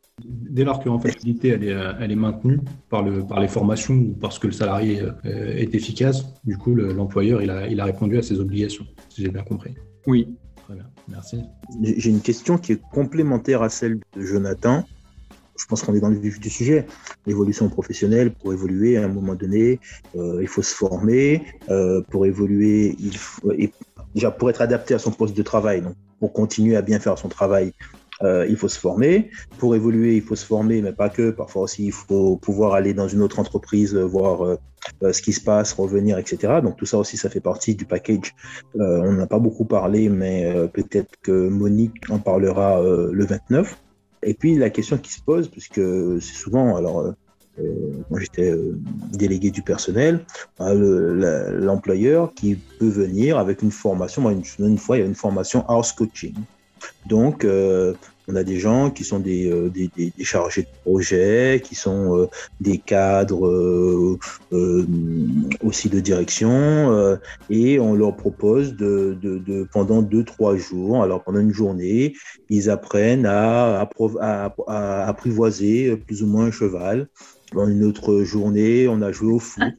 Dès lors qu'en fait, l'utilité elle est, elle est maintenue par, le, par les formations ou parce que le salarié euh, est efficace, du coup, le, l'employeur il a, il a répondu à ses obligations, si j'ai bien compris. Oui. Très bien, merci. J'ai une question qui est complémentaire à celle de Jonathan. Je pense qu'on est dans le vif du sujet. L'évolution professionnelle, pour évoluer à un moment donné, euh, il faut se former. Euh, pour évoluer, il faut, et déjà pour être adapté à son poste de travail, donc pour continuer à bien faire son travail, euh, il faut se former. Pour évoluer, il faut se former, mais pas que. Parfois aussi, il faut pouvoir aller dans une autre entreprise, voir euh, ce qui se passe, revenir, et cetera. Donc tout ça aussi, ça fait partie du package. Euh, on n'en a pas beaucoup parlé, mais euh, peut-être que Monique en parlera euh, le vingt-neuf. Et puis la question qui se pose, puisque c'est souvent, alors euh, moi j'étais euh, délégué du personnel, euh, le, la, l'employeur qui peut venir avec une formation. Moi, une, une fois, il y a une formation house coaching. Donc, euh, on a des gens qui sont des, euh, des, des, des chargés de projet, qui sont euh, des cadres euh, euh, aussi de direction, euh, et on leur propose de, de, de pendant deux trois jours, alors pendant une journée, ils apprennent à, à, à, à apprivoiser plus ou moins un cheval. Dans une autre journée, on a joué au foot.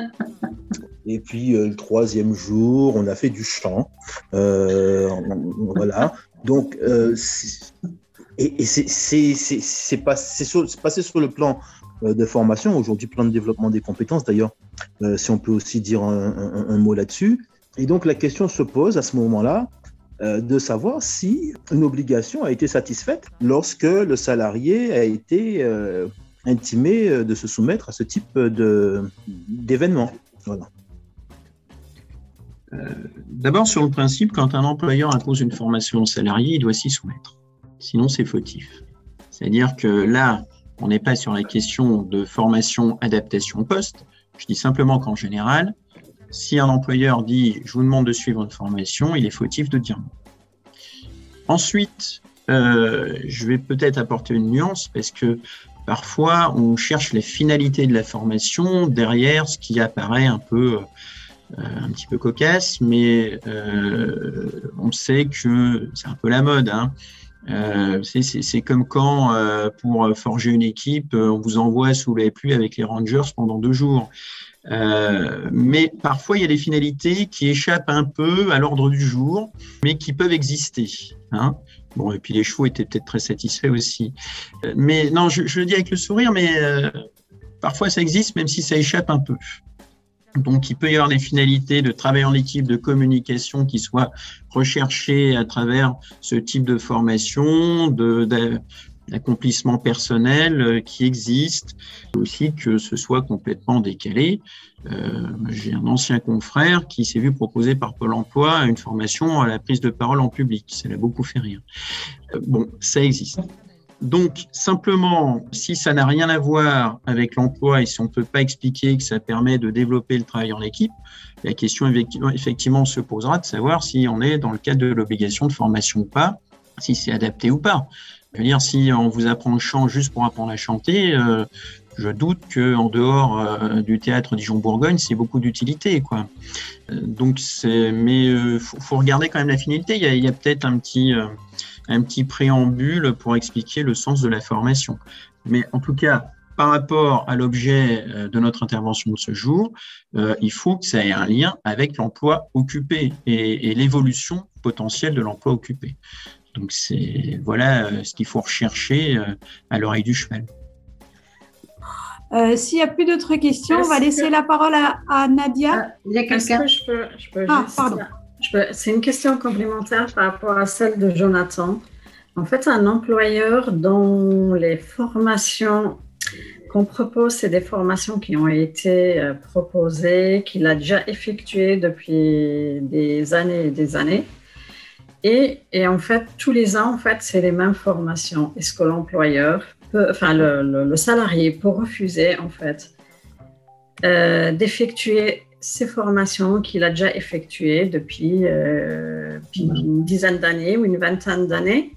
Et puis euh, le troisième jour, on a fait du chant. Euh, voilà. Donc, euh, c'est, et, et c'est, c'est, c'est, c'est, passé sur, c'est passé sur le plan euh, de formation, aujourd'hui plan de développement des compétences d'ailleurs, euh, si on peut aussi dire un, un, un mot là-dessus. Et donc la question se pose à ce moment-là euh, de savoir si une obligation a été satisfaite lorsque le salarié a été euh, intimé de se soumettre à ce type de, d'événement. Voilà. Euh, d'abord, sur le principe, quand un employeur impose une formation au salarié, il doit s'y soumettre. Sinon, c'est fautif. C'est-à-dire que là, on n'est pas sur la question de formation, adaptation au poste. Je dis simplement qu'en général, si un employeur dit « je vous demande de suivre une formation », il est fautif de dire non. Ensuite, euh, je vais peut-être apporter une nuance parce que parfois, on cherche les finalités de la formation derrière ce qui apparaît un peu... Euh, un petit peu cocasse, mais euh, on sait que c'est un peu la mode. Hein. Euh, c'est, c'est, c'est comme quand, euh, pour forger une équipe, on vous envoie sous la pluie avec les Rangers pendant deux jours. Euh, mais parfois, il y a des finalités qui échappent un peu à l'ordre du jour, mais qui peuvent exister. Hein. Bon, et puis les chevaux étaient peut-être très satisfaits aussi. Euh, mais non, je, je le dis avec le sourire, mais euh, parfois ça existe, même si ça échappe un peu. Donc, il peut y avoir des finalités de travail en équipe, de communication qui soient recherchées à travers ce type de formation, de, de, d'accomplissement personnel qui existent, aussi que ce soit complètement décalé. Euh, j'ai un ancien confrère qui s'est vu proposer par Pôle emploi une formation à la prise de parole en public. Ça l'a beaucoup fait rire. Euh, bon, ça existe. Donc, simplement, si ça n'a rien à voir avec l'emploi et si on ne peut pas expliquer que ça permet de développer le travail en équipe, la question effectivement se posera de savoir si on est dans le cadre de l'obligation de formation ou pas, si c'est adapté ou pas. Je veux dire, si on vous apprend le chant juste pour apprendre à chanter, euh, je doute qu'en dehors euh, du théâtre Dijon-Bourgogne, c'est beaucoup d'utilité, quoi. Euh, donc, c'est, mais il euh, faut, faut regarder quand même la finalité. Il y a, il y a peut-être un petit... Euh, un petit préambule pour expliquer le sens de la formation. Mais en tout cas, par rapport à l'objet de notre intervention de ce jour, euh, il faut que ça ait un lien avec l'emploi occupé et, et l'évolution potentielle de l'emploi occupé. Donc, c'est, voilà ce qu'il faut rechercher euh, à l'oreille du cheval. Euh, s'il n'y a plus d'autres questions, Est-ce on va laisser que... la parole à, à Nadia. Ah, il y a quelqu'un. Est-ce que je peux, je peux ah, juste... pardon. Je Je peux... C'est une question complémentaire par rapport à celle de Jonathan. En fait, un employeur dont les formations qu'on propose, c'est des formations qui ont été euh, proposées, qu'il a déjà effectuées depuis des années et des années. Et, et en fait, tous les ans, en fait, c'est les mêmes formations. Est-ce que l'employeur peut, enfin, le, le, le salarié peut refuser, en fait, euh, d'effectuer ces formations qu'il a déjà effectuées depuis, euh, depuis une dizaine d'années ou une vingtaine d'années.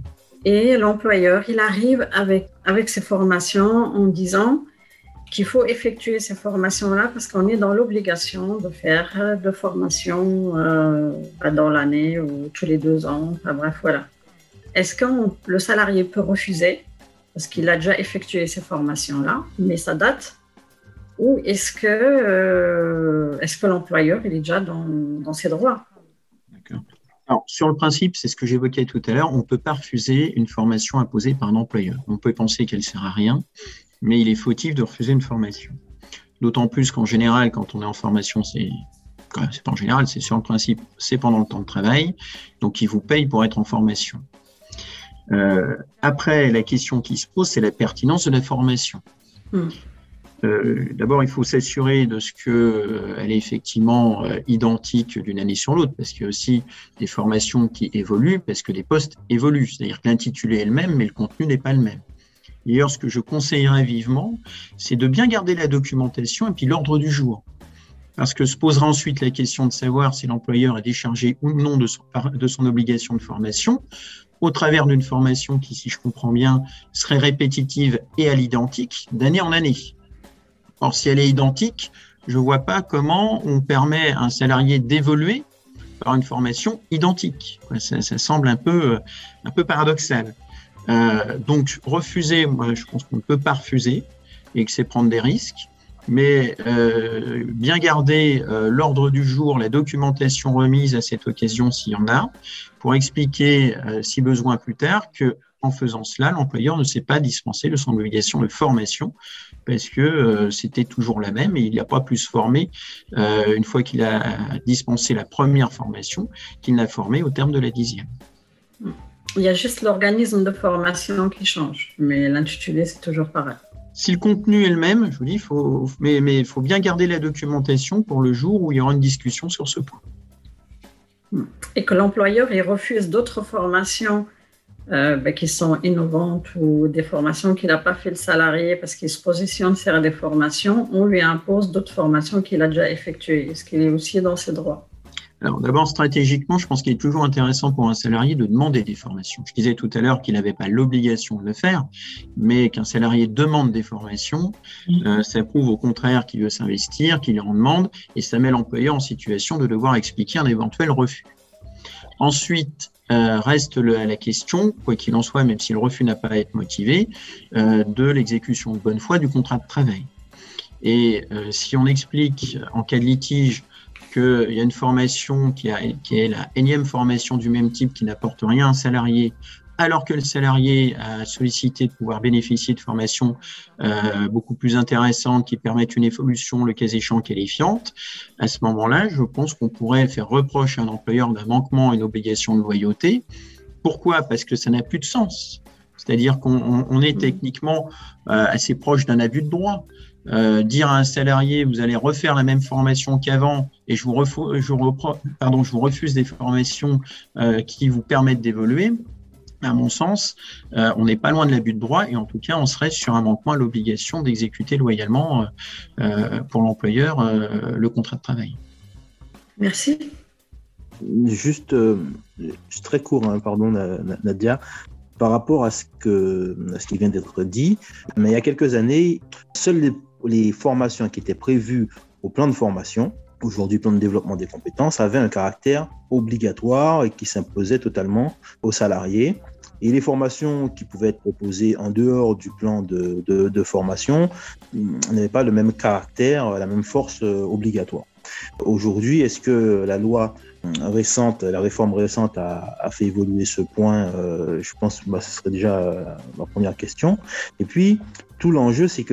Et l'employeur, il arrive avec, avec ces formations en disant qu'il faut effectuer ces formations-là parce qu'on est dans l'obligation de faire de formations euh, dans l'année ou tous les deux ans. Enfin, bref, voilà. Est-ce que le salarié peut refuser parce qu'il a déjà effectué ces formations-là, mais ça date? Ou est-ce que, euh, est-ce que l'employeur il est déjà dans, dans ses droits? D'accord. Alors, sur le principe, c'est ce que j'évoquais tout à l'heure, on ne peut pas refuser une formation imposée par un employeur. On peut penser qu'elle ne sert à rien, mais il est fautif de refuser une formation. D'autant plus qu'en général, quand on est en formation, c'est, c'est pas en général, c'est sur le principe, c'est pendant le temps de travail, donc ils vous payent pour être en formation. Euh, après, la question qui se pose, c'est la pertinence de la formation. Mmh. Euh, d'abord, il faut s'assurer de ce qu'elle euh, est effectivement euh, identique d'une année sur l'autre, parce qu'il y a aussi des formations qui évoluent, parce que les postes évoluent, c'est-à-dire que l'intitulé est le même, mais le contenu n'est pas le même. D'ailleurs, ce que je conseillerais vivement, c'est de bien garder la documentation et puis l'ordre du jour, parce que se posera ensuite la question de savoir si l'employeur est déchargé ou non de son, de son obligation de formation, au travers d'une formation qui, si je comprends bien, serait répétitive et à l'identique d'année en année. Or, si elle est identique, je ne vois pas comment on permet à un salarié d'évoluer par une formation identique. Ça, ça semble un peu, un peu paradoxal. Euh, donc, refuser, moi, je pense qu'on ne peut pas refuser et que c'est prendre des risques, mais euh, bien garder euh, l'ordre du jour, la documentation remise à cette occasion s'il y en a, pour expliquer, euh, si besoin plus tard, que en faisant cela, l'employeur ne s'est pas dispensé de son obligation de formation parce que euh, c'était toujours la même et il n'a pas plus formé euh, une fois qu'il a dispensé la première formation qu'il n'a formé au terme de la dixième. Il y a juste l'organisme de formation qui change, mais l'intitulé, c'est toujours pareil. Si le contenu est le même, je vous dis, faut, mais il faut bien garder la documentation pour le jour où il y aura une discussion sur ce point. Et que l'employeur il refuse d'autres formations Euh, ben, qui sont innovantes ou des formations qu'il n'a pas fait le salarié parce qu'il se positionne sur des formations, on lui impose d'autres formations qu'il a déjà effectuées. Est-ce qu'il est aussi dans ses droits? Alors d'abord, stratégiquement, je pense qu'il est toujours intéressant pour un salarié de demander des formations. Je disais tout à l'heure qu'il n'avait pas l'obligation de le faire, mais qu'un salarié demande des formations, euh, ça prouve au contraire qu'il veut s'investir, qu'il en demande, et ça met l'employeur en situation de devoir expliquer un éventuel refus. Ensuite, Euh, reste le, la question, quoi qu'il en soit, même si le refus n'a pas à être motivé, euh, de l'exécution de bonne foi du contrat de travail. Et euh, si on explique en cas de litige qu'il y a une formation qui, a, qui est la énième formation du même type qui n'apporte rien à un salarié, alors que le salarié a sollicité de pouvoir bénéficier de formations euh, beaucoup plus intéressantes qui permettent une évolution, le cas échéant, qualifiante, à ce moment-là, je pense qu'on pourrait faire reproche à un employeur d'un manquement à une obligation de loyauté. Pourquoi? Parce que ça n'a plus de sens. C'est-à-dire qu'on on, on est techniquement euh, assez proche d'un abus de droit. Euh, dire à un salarié, vous allez refaire la même formation qu'avant et je vous, refou- je, repro- pardon, je vous refuse des formations euh, qui vous permettent d'évoluer. À mon sens, euh, on n'est pas loin de l'abus de droit et en tout cas, on serait sur un manquement à l'obligation d'exécuter loyalement euh, pour l'employeur euh, le contrat de travail. Merci. Juste, euh, juste très court, hein, pardon Nadia, par rapport à ce, que, à ce qui vient d'être dit, mais il y a quelques années, seules les, les formations qui étaient prévues au plan de formation, aujourd'hui plan de développement des compétences, avaient un caractère obligatoire et qui s'imposait totalement aux salariés. Et les formations qui pouvaient être proposées en dehors du plan de, de, de formation n'avaient pas le même caractère, la même force obligatoire. Aujourd'hui, est-ce que la loi récente, la réforme récente a, a fait évoluer ce point? euh, Je pense que bah, ce serait déjà ma première question. Et puis, tout l'enjeu, c'est que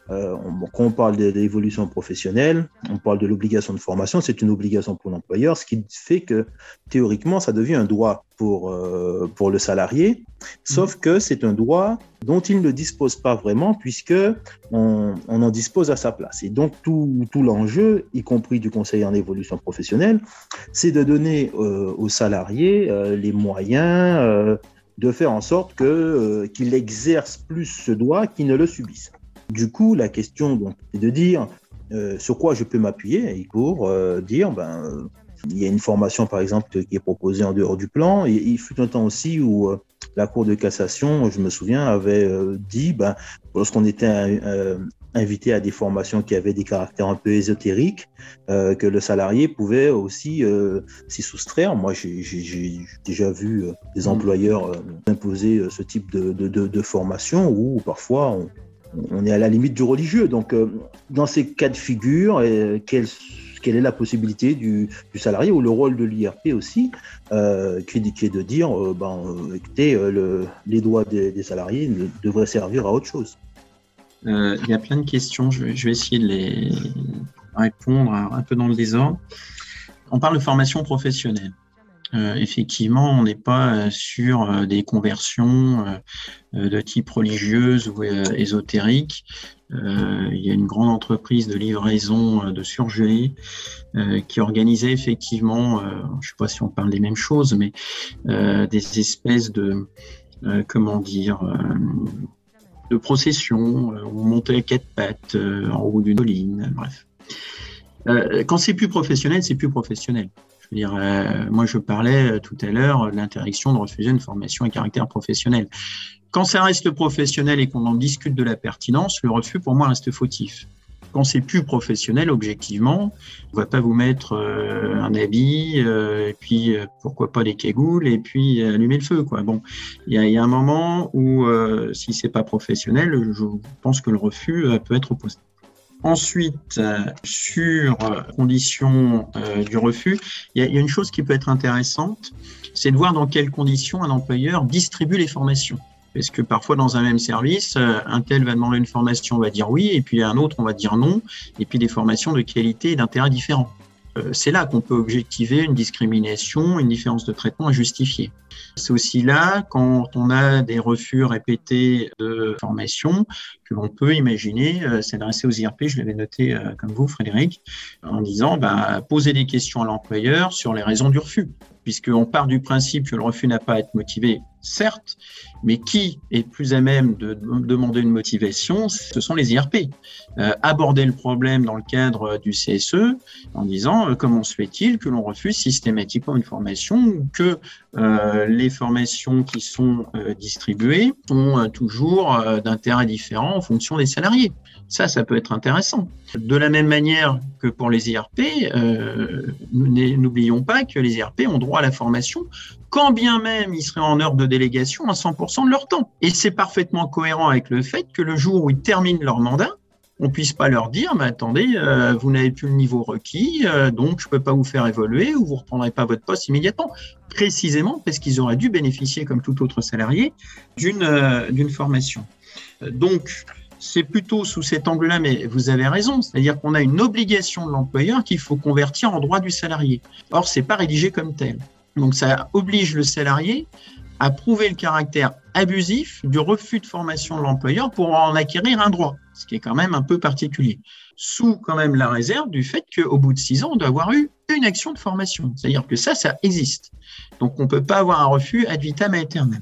euh, on, quand on parle de, de l'évolution professionnelle, on parle de l'obligation de formation, c'est une obligation pour l'employeur, ce qui fait que théoriquement, ça devient un droit pour, euh, pour le salarié, sauf que c'est un droit dont il ne dispose pas vraiment puisque on, on en dispose à sa place. Et donc, tout, tout l'enjeu, y compris du conseiller en évolution professionnelle, c'est de donner euh, aux salariés euh, les moyens euh, de faire en sorte que, euh, qu'il exerce plus ce droit qu'il ne le subisse. Du coup, la question donc, est de dire euh, sur quoi je peux m'appuyer pour euh, dire, ben, euh, il y a une formation par exemple qui est proposée en dehors du plan. Et il fut un temps aussi où euh, la Cour de cassation, je me souviens, avait euh, dit, ben, lorsqu'on était euh, invité à des formations qui avaient des caractères un peu ésotériques, euh, que le salarié pouvait aussi euh, s'y soustraire. Moi, j'ai, j'ai, j'ai déjà vu euh, des employeurs euh, imposer euh, ce type de, de, de, de formation où parfois on on est à la limite du religieux. Donc, euh, dans ces cas de figure, euh, quelle, quelle est la possibilité du, du salarié ou le rôle de l'I R P aussi, euh, qui, qui est de dire, euh, ben, euh, écoutez, euh, le, les droits des, des salariés devraient servir à autre chose. Euh, il y a plein de questions, je vais, je vais essayer de les répondre un peu dans le désordre. On parle de formation professionnelle. Euh, effectivement, on n'est pas sur euh, des conversions euh, de type religieuse ou euh, ésotérique. Euh, il y a une grande entreprise de livraison euh, de surgelés euh, qui organisait effectivement, euh, je ne sais pas si on parle des mêmes choses, mais euh, des espèces de, euh, comment dire, euh, de processions euh, où on montait à quatre pattes euh, en haut d'une colline, bref. Euh, quand c'est plus professionnel, c'est plus professionnel. Je veux dire, euh, moi, je parlais euh, tout à l'heure de l'interdiction de refuser une formation à caractère professionnel. Quand ça reste professionnel et qu'on en discute de la pertinence, le refus, pour moi, reste fautif. Quand c'est plus professionnel, objectivement, on ne va pas vous mettre euh, un habit, euh, et puis euh, pourquoi pas des cagoules, et puis euh, allumer le feu, quoi. Bon, il y, y a un moment où, euh, si c'est pas professionnel, je pense que le refus euh, peut être opposé. Ensuite, euh, sur euh, conditions euh, du refus, il y, y a une chose qui peut être intéressante, c'est de voir dans quelles conditions un employeur distribue les formations. Parce que parfois, dans un même service, euh, un tel va demander une formation, on va dire oui, et puis un autre, on va dire non, et puis des formations de qualité et d'intérêt différents. Euh, c'est là qu'on peut objectiver une discrimination, une différence de traitement à justifier. C'est aussi là, quand on a des refus répétés de formation, que l'on peut imaginer euh, s'adresser aux I R P, je l'avais noté euh, comme vous, Frédéric, en disant bah, poser des questions à l'employeur sur les raisons du refus, puisqu'on part du principe que le refus n'a pas à être motivé, certes, mais qui est plus à même de demander une motivation, ce sont les I R P. Euh, aborder le problème dans le cadre du C S E en disant euh, comment se fait-il que l'on refuse systématiquement une formation ou que euh, les formations qui sont euh, distribuées sont euh, toujours euh, d'intérêts différents en fonction des salariés. Ça, ça peut être intéressant. De la même manière que pour les I R P, euh, n'oublions pas que les I R P ont droit à la formation, quand bien même ils seraient en heure de délégation à cent pour cent de leur temps. Et c'est parfaitement cohérent avec le fait que le jour où ils terminent leur mandat, on ne puisse pas leur dire « mais attendez, euh, vous n'avez plus le niveau requis, euh, donc je ne peux pas vous faire évoluer ou vous ne reprendrez pas votre poste immédiatement ». Précisément parce qu'ils auraient dû bénéficier, comme tout autre salarié, d'une, euh, d'une formation. Donc, c'est plutôt sous cet angle-là, mais vous avez raison, c'est-à-dire qu'on a une obligation de l'employeur qu'il faut convertir en droit du salarié. Or, ce n'est pas rédigé comme tel. Donc, ça oblige le salarié à prouver le caractère abusif du refus de formation de l'employeur pour en acquérir un droit, ce qui est quand même un peu particulier. Sous quand même la réserve du fait qu'au bout de six ans, on doit avoir eu une action de formation. C'est-à-dire que ça, ça existe. Donc, on ne peut pas avoir un refus ad vitam aeternam.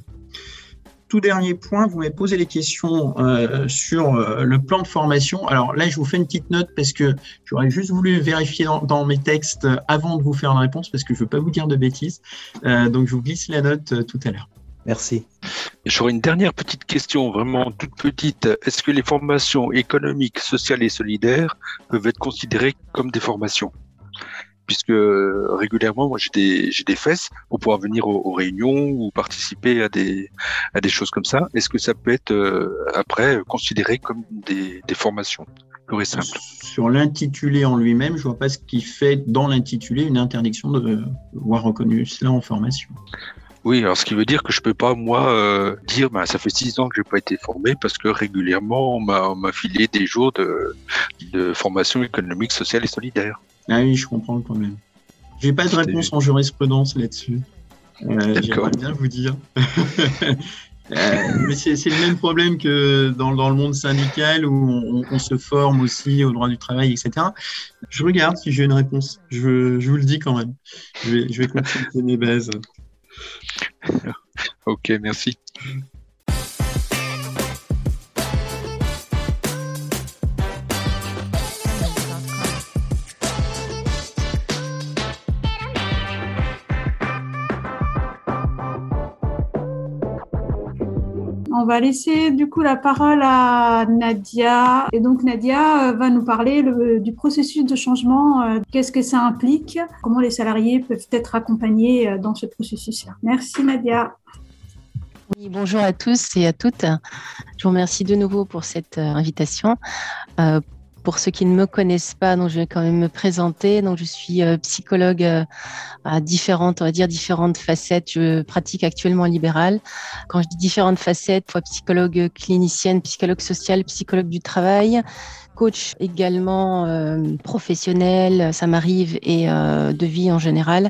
Tout dernier point, vous m'avez posé les questions euh, sur euh, le plan de formation. Alors là, je vous fais une petite note parce que j'aurais juste voulu vérifier dans, dans mes textes avant de vous faire une réponse parce que je ne veux pas vous dire de bêtises. Euh, donc, je vous glisse la note euh, tout à l'heure. Merci. J'aurais une dernière petite question, vraiment toute petite. Est-ce que les formations économiques, sociales et solidaires peuvent être considérées comme des formations ? Puisque euh, régulièrement, moi, j'ai des, j'ai des fesses pour pouvoir venir aux, aux réunions ou participer à des, à des choses comme ça. Est-ce que ça peut être euh, après considéré comme des, des formations pure et simple ? Sur l'intitulé en lui-même, je ne vois pas ce qui fait dans l'intitulé une interdiction de voir reconnu cela en formation. Oui, alors ce qui veut dire que je peux pas, moi, euh, dire, ben, ça fait six ans que j'ai pas été formé parce que régulièrement, on m'a, on m'a filé des jours de, de formation économique, sociale et solidaire. Ah oui, je comprends le problème. J'ai pas de C'était- réponse en jurisprudence là-dessus. Euh, D'accord. j'aimerais bien vous dire. Euh, mais c'est, c'est le même problème que dans, dans le monde syndical où on, on se forme aussi au droit du travail, et cetera. Je regarde si j'ai une réponse. Je, je vous le dis quand même. Je vais, je vais consulter mes bases. Ok, merci. On va laisser du coup la parole à Nadia. Et donc Nadia euh, va nous parler le- du processus de changement, euh, qu'est-ce que ça implique, comment les salariés peuvent être accompagnés euh, dans ce processus-là. Merci Nadia. Oui, bonjour à tous et à toutes. Je vous remercie de nouveau pour cette euh, invitation. Euh, pour ceux qui ne me connaissent pas, donc je vais quand même me présenter. Donc, je suis euh, psychologue euh, à différentes, on va dire différentes facettes. Je pratique actuellement en libéral. Quand je dis différentes facettes, fois psychologue clinicienne, psychologue sociale, psychologue du travail, coach également euh, professionnel, ça m'arrive, et euh, de vie en général.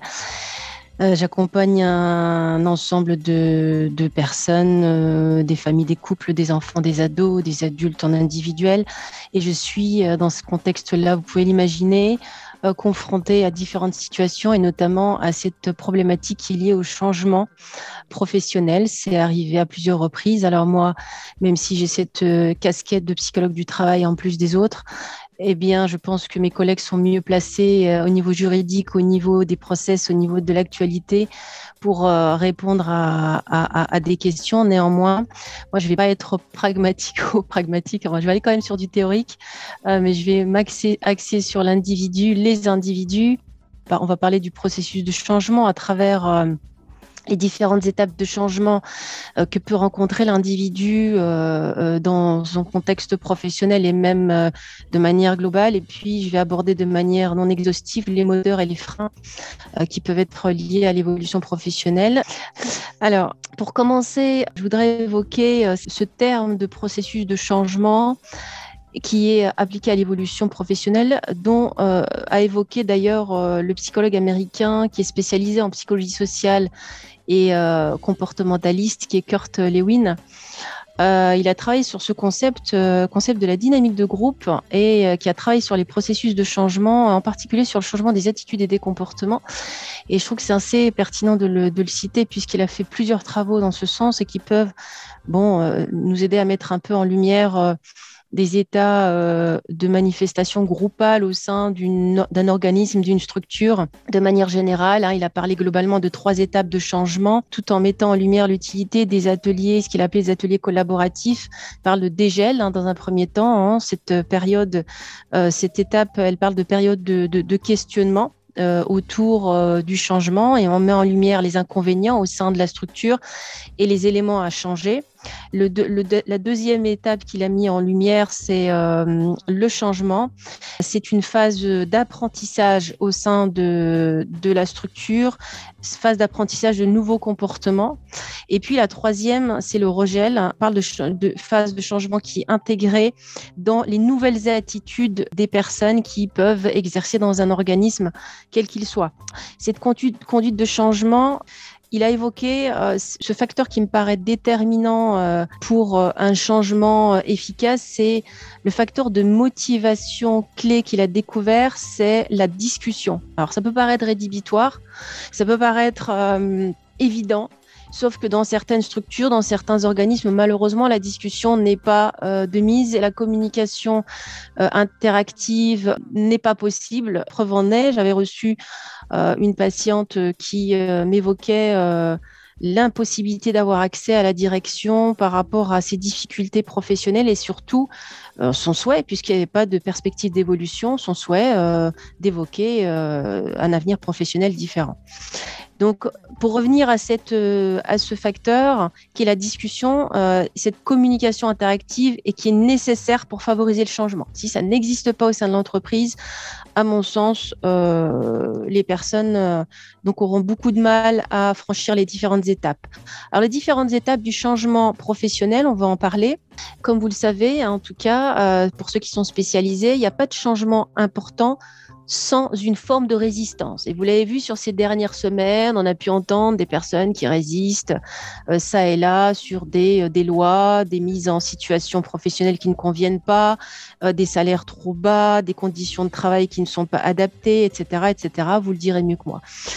Euh, j'accompagne un ensemble de, de personnes, euh, des familles, des couples, des enfants, des ados, des adultes en individuel. Et je suis euh, dans ce contexte-là, vous pouvez l'imaginer, euh, confrontée à différentes situations et notamment à cette problématique qui est liée au changement professionnel. C'est arrivé à plusieurs reprises. Alors moi, même si j'ai cette euh, casquette de psychologue du travail en plus des autres, eh bien, je pense que mes collègues sont mieux placés euh, au niveau juridique, au niveau des process, au niveau de l'actualité pour euh, répondre à, à, à des questions. Néanmoins, moi, je ne vais pas être pragmatico-pragmatique. Enfin, je vais aller quand même sur du théorique, euh, mais je vais m'axer axer sur l'individu, les individus. On va parler du processus de changement à travers euh, les différentes étapes de changement euh, que peut rencontrer l'individu euh, euh, dans son contexte professionnel et même euh, de manière globale. Et puis, je vais aborder de manière non exhaustive les moteurs et les freins euh, qui peuvent être liés à l'évolution professionnelle. Alors, pour commencer, je voudrais évoquer euh, ce terme de processus de changement qui est appliqué à l'évolution professionnelle, dont euh, a évoqué d'ailleurs euh, le psychologue américain qui est spécialisé en psychologie sociale et euh, comportementaliste, qui est Kurt Lewin. Euh, il a travaillé sur ce concept, euh, concept de la dynamique de groupe et euh, qui a travaillé sur les processus de changement, en particulier sur le changement des attitudes et des comportements. Et je trouve que c'est assez pertinent de le, de le citer puisqu'il a fait plusieurs travaux dans ce sens et qui peuvent bon, euh, nous aider à mettre un peu en lumière euh, des états euh, de manifestation groupale au sein d'une, d'un organisme, d'une structure. De manière générale, hein, il a parlé globalement de trois étapes de changement, tout en mettant en lumière l'utilité des ateliers, ce qu'il appelait les ateliers collaboratifs. Il parle de dégel hein, dans un premier temps. Hein, cette période, euh, cette étape, elle parle de période de, de, de questionnement. Euh, autour euh, du changement et on met en lumière les inconvénients au sein de la structure et les éléments à changer. Le de, le de, la deuxième étape qu'il a mis en lumière, c'est euh, le changement. C'est une phase d'apprentissage au sein de, de la structure, phase d'apprentissage de nouveaux comportements. Et puis la troisième, c'est le regel. On parle de, de phase de changement qui est intégrée dans les nouvelles attitudes des personnes qui peuvent exercer dans un organisme, quel qu'il soit. Cette conduite, conduite de changement, il a évoqué euh, ce facteur qui me paraît déterminant euh, pour euh, un changement euh, efficace, c'est le facteur de motivation clé qu'il a découvert, c'est la discussion. Alors ça peut paraître rédhibitoire, ça peut paraître euh, évident, sauf que dans certaines structures, dans certains organismes, malheureusement, la discussion n'est pas euh, de mise et la communication euh, interactive n'est pas possible. Preuve en est, j'avais reçu euh, une patiente qui euh, m'évoquait euh, l'impossibilité d'avoir accès à la direction par rapport à ses difficultés professionnelles et surtout euh, son souhait, puisqu'il n'y avait pas de perspective d'évolution, son souhait euh, d'évoquer euh, un avenir professionnel différent. Donc, pour revenir à, cette, euh, à ce facteur qui est la discussion, euh, cette communication interactive et qui est nécessaire pour favoriser le changement. Si ça n'existe pas au sein de l'entreprise, à mon sens, euh, les personnes euh, donc auront beaucoup de mal à franchir les différentes étapes. Alors, les différentes étapes du changement professionnel, on va en parler. Comme vous le savez, en tout cas, euh, pour ceux qui sont spécialisés, il n'y a pas de changement important sans une forme de résistance. Et vous l'avez vu sur ces dernières semaines, on a pu entendre des personnes qui résistent euh, ça et là sur des, euh, des lois, des mises en situation professionnelle qui ne conviennent pas, euh, des salaires trop bas, des conditions de travail qui ne sont pas adaptées, et cetera, et cetera. Vous le direz mieux que moi.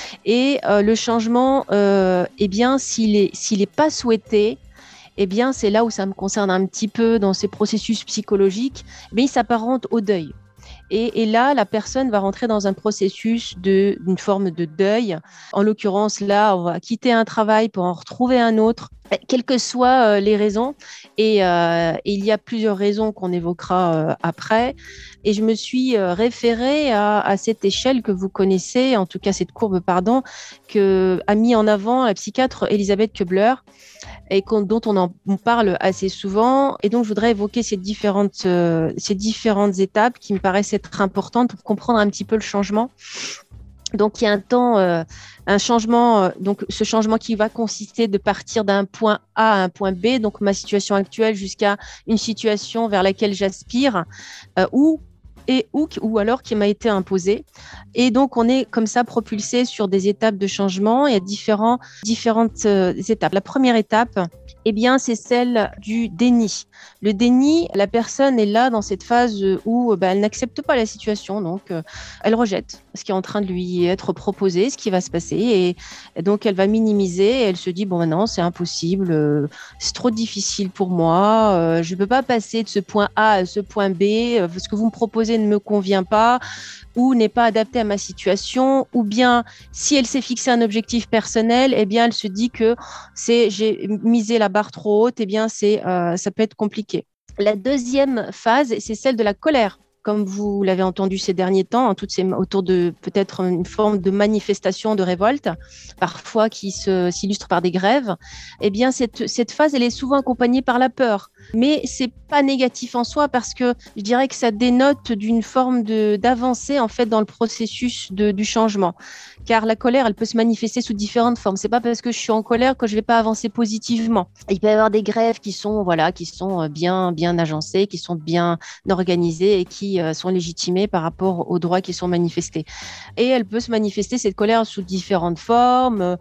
Et euh, le changement, euh, eh bien, s'il est, s'il est pas souhaité, eh bien, c'est là où ça me concerne un petit peu dans ces processus psychologiques, mais il s'apparente au deuil. Et, et là, la personne va rentrer dans un processus de, d'une forme de deuil. En l'occurrence, là, on va quitter un travail pour en retrouver un autre, quelles que soient euh, les raisons. Et, euh, et il y a plusieurs raisons qu'on évoquera euh, après. Et je me suis euh, référée à, à cette échelle que vous connaissez, en tout cas cette courbe, pardon, que a mis en avant la psychiatre Elisabeth Kubler, et dont on en on parle assez souvent. Et donc, je voudrais évoquer ces différentes, euh, ces différentes étapes qui me paraissent être importantes pour comprendre un petit peu le changement. Donc, il y a un temps, euh, un changement, euh, donc ce changement qui va consister de partir d'un point A à un point B, donc ma situation actuelle jusqu'à une situation vers laquelle j'aspire, euh, ou et ou, ou alors qui m'a été imposé. Et donc, on est comme ça propulsé sur des étapes de changement. Il y a différents, différentes euh, étapes. La première étape, eh bien, c'est celle du déni. Le déni, la personne est là dans cette phase où bah, elle n'accepte pas la situation, donc euh, elle rejette ce qui est en train de lui être proposé, ce qui va se passer, et, et donc elle va minimiser, et elle se dit, bon, non, c'est impossible, euh, c'est trop difficile pour moi, euh, je ne peux pas passer de ce point A à ce point B, euh, ce que vous me proposez ne me convient pas, ou n'est pas adapté à ma situation, ou bien si elle s'est fixé un objectif personnel, eh bien elle se dit que c'est j'ai misé la barre trop haute, eh bien c'est euh, ça peut être compliqué. La deuxième phase, c'est celle de la colère. Comme vous l'avez entendu ces derniers temps, hein, toutes ces, autour de peut-être une forme de manifestation de révolte, parfois qui se, s'illustre par des grèves, eh bien cette, cette phase, elle est souvent accompagnée par la peur. Mais c'est pas négatif en soi parce que je dirais que ça dénote d'une forme de, d'avancée en fait dans le processus de, du changement. Car la colère, elle peut se manifester sous différentes formes. C'est pas parce que je suis en colère que je vais pas avancer positivement. Il peut y avoir des grèves qui sont, voilà, qui sont bien, bien agencées, qui sont bien organisées et qui euh, sont légitimées par rapport aux droits qui sont manifestés. Et elle peut se manifester, cette colère, sous différentes formes. Euh,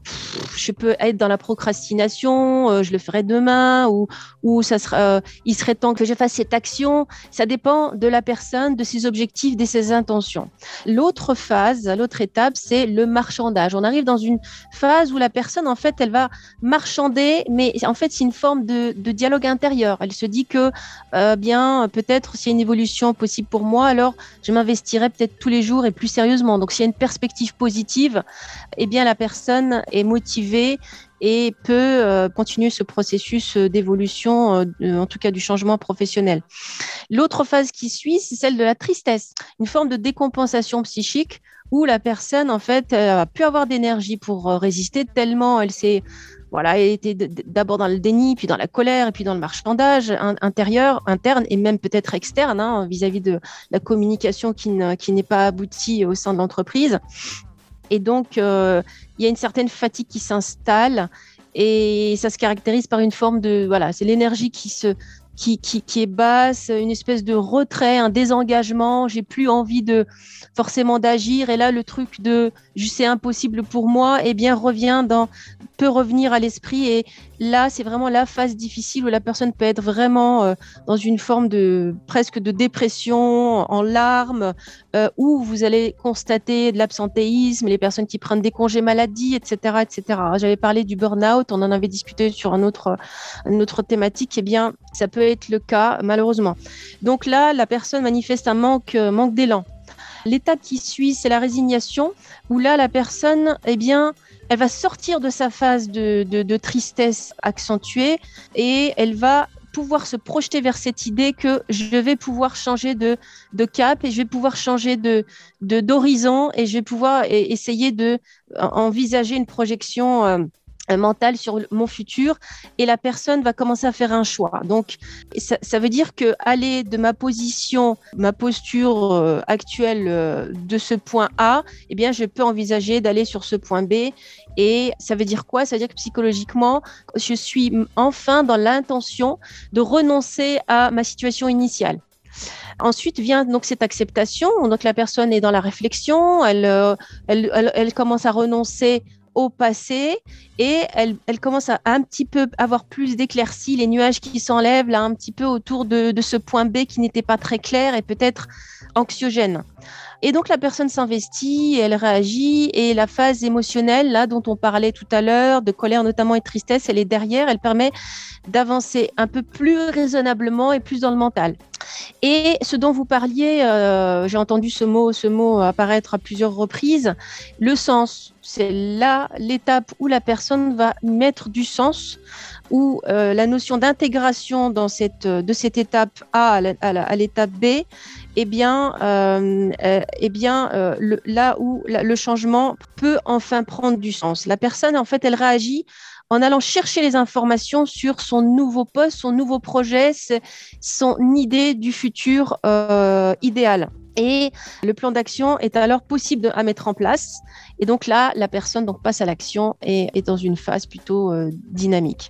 je peux être dans la procrastination, euh, je le ferai demain, ou, ou ça sera, euh, il serait temps que je fasse cette action. Ça dépend de la personne, de ses objectifs, de ses intentions. L'autre phase, l'autre étape, c'est le marchandage. On arrive dans une phase où la personne, en fait, elle va marchander, mais en fait, c'est une forme de, de dialogue intérieur. Elle se dit que, euh, bien, peut-être s'il y a une évolution possible pour moi, alors je m'investirai peut-être tous les jours et plus sérieusement. Donc, s'il y a une perspective positive, eh bien, la personne est motivée et peut euh, continuer ce processus d'évolution, euh, en tout cas du changement professionnel. L'autre phase qui suit, c'est celle de la tristesse, une forme de décompensation psychique où la personne, en fait, elle a pu avoir d'énergie pour euh, résister tellement elle s'est Voilà, elle était d'abord dans le déni, puis dans la colère, et puis dans le marchandage intérieur, interne et même peut-être externe, hein, vis-à-vis de la communication qui, ne, qui n'est pas aboutie au sein de l'entreprise. Et donc, euh, il y a une certaine fatigue qui s'installe et ça se caractérise par une forme de... Voilà, c'est l'énergie qui, se, qui, qui, qui est basse, une espèce de retrait, un désengagement. J'ai plus envie de forcément d'agir. Et là, le truc de « c'est impossible pour moi », eh bien, revient dans, peut revenir à l'esprit. Et là, c'est vraiment la phase difficile où la personne peut être vraiment euh, dans une forme de presque de dépression, en larmes, euh, où vous allez constater de l'absentéisme, les personnes qui prennent des congés maladie, et cetera, et cetera. J'avais parlé du burn-out, on en avait discuté sur un autre, une autre thématique. Eh bien, ça peut être le cas, malheureusement. Donc là, la personne manifeste un manque, euh, manque d'élan. L'étape qui suit, c'est la résignation, où là, la personne, eh bien, elle va sortir de sa phase de, de, de tristesse accentuée et elle va pouvoir se projeter vers cette idée que je vais pouvoir changer de, de cap et je vais pouvoir changer de, de, d'horizon et je vais pouvoir et, essayer de envisager une projection euh, mentale sur mon futur et la personne va commencer à faire un choix. Donc, ça, ça veut dire que aller de ma position, ma posture euh, actuelle euh, de ce point A, eh bien, je peux envisager d'aller sur ce point B. Et ça veut dire quoi ? Ça veut dire que psychologiquement, je suis enfin dans l'intention de renoncer à ma situation initiale. Ensuite vient donc cette acceptation. Donc, la personne est dans la réflexion, elle, euh, elle, elle, elle commence à renoncer au passé et elle, elle commence à un petit peu avoir plus d'éclaircies, les nuages qui s'enlèvent là un petit peu autour de, de ce point B qui n'était pas très clair et peut-être anxiogène. Et donc la personne s'investit, elle réagit et la phase émotionnelle là dont on parlait tout à l'heure, de colère notamment et de tristesse, elle est derrière, elle permet d'avancer un peu plus raisonnablement et plus dans le mental. Et ce dont vous parliez, euh, j'ai entendu ce mot, ce mot apparaître à plusieurs reprises, le sens, c'est là l'étape où la personne va mettre du sens, où euh, la notion d'intégration dans cette, de cette étape A à, la, à, la, à l'étape B, eh bien, euh, euh, eh bien euh, le, là où la, le changement peut enfin prendre du sens. La personne, en fait, elle réagit en allant chercher les informations sur son nouveau poste, son nouveau projet, son idée du futur euh, idéal. Et le plan d'action est alors possible de, à mettre en place. Et donc là, la personne donc, passe à l'action et est dans une phase plutôt euh, dynamique.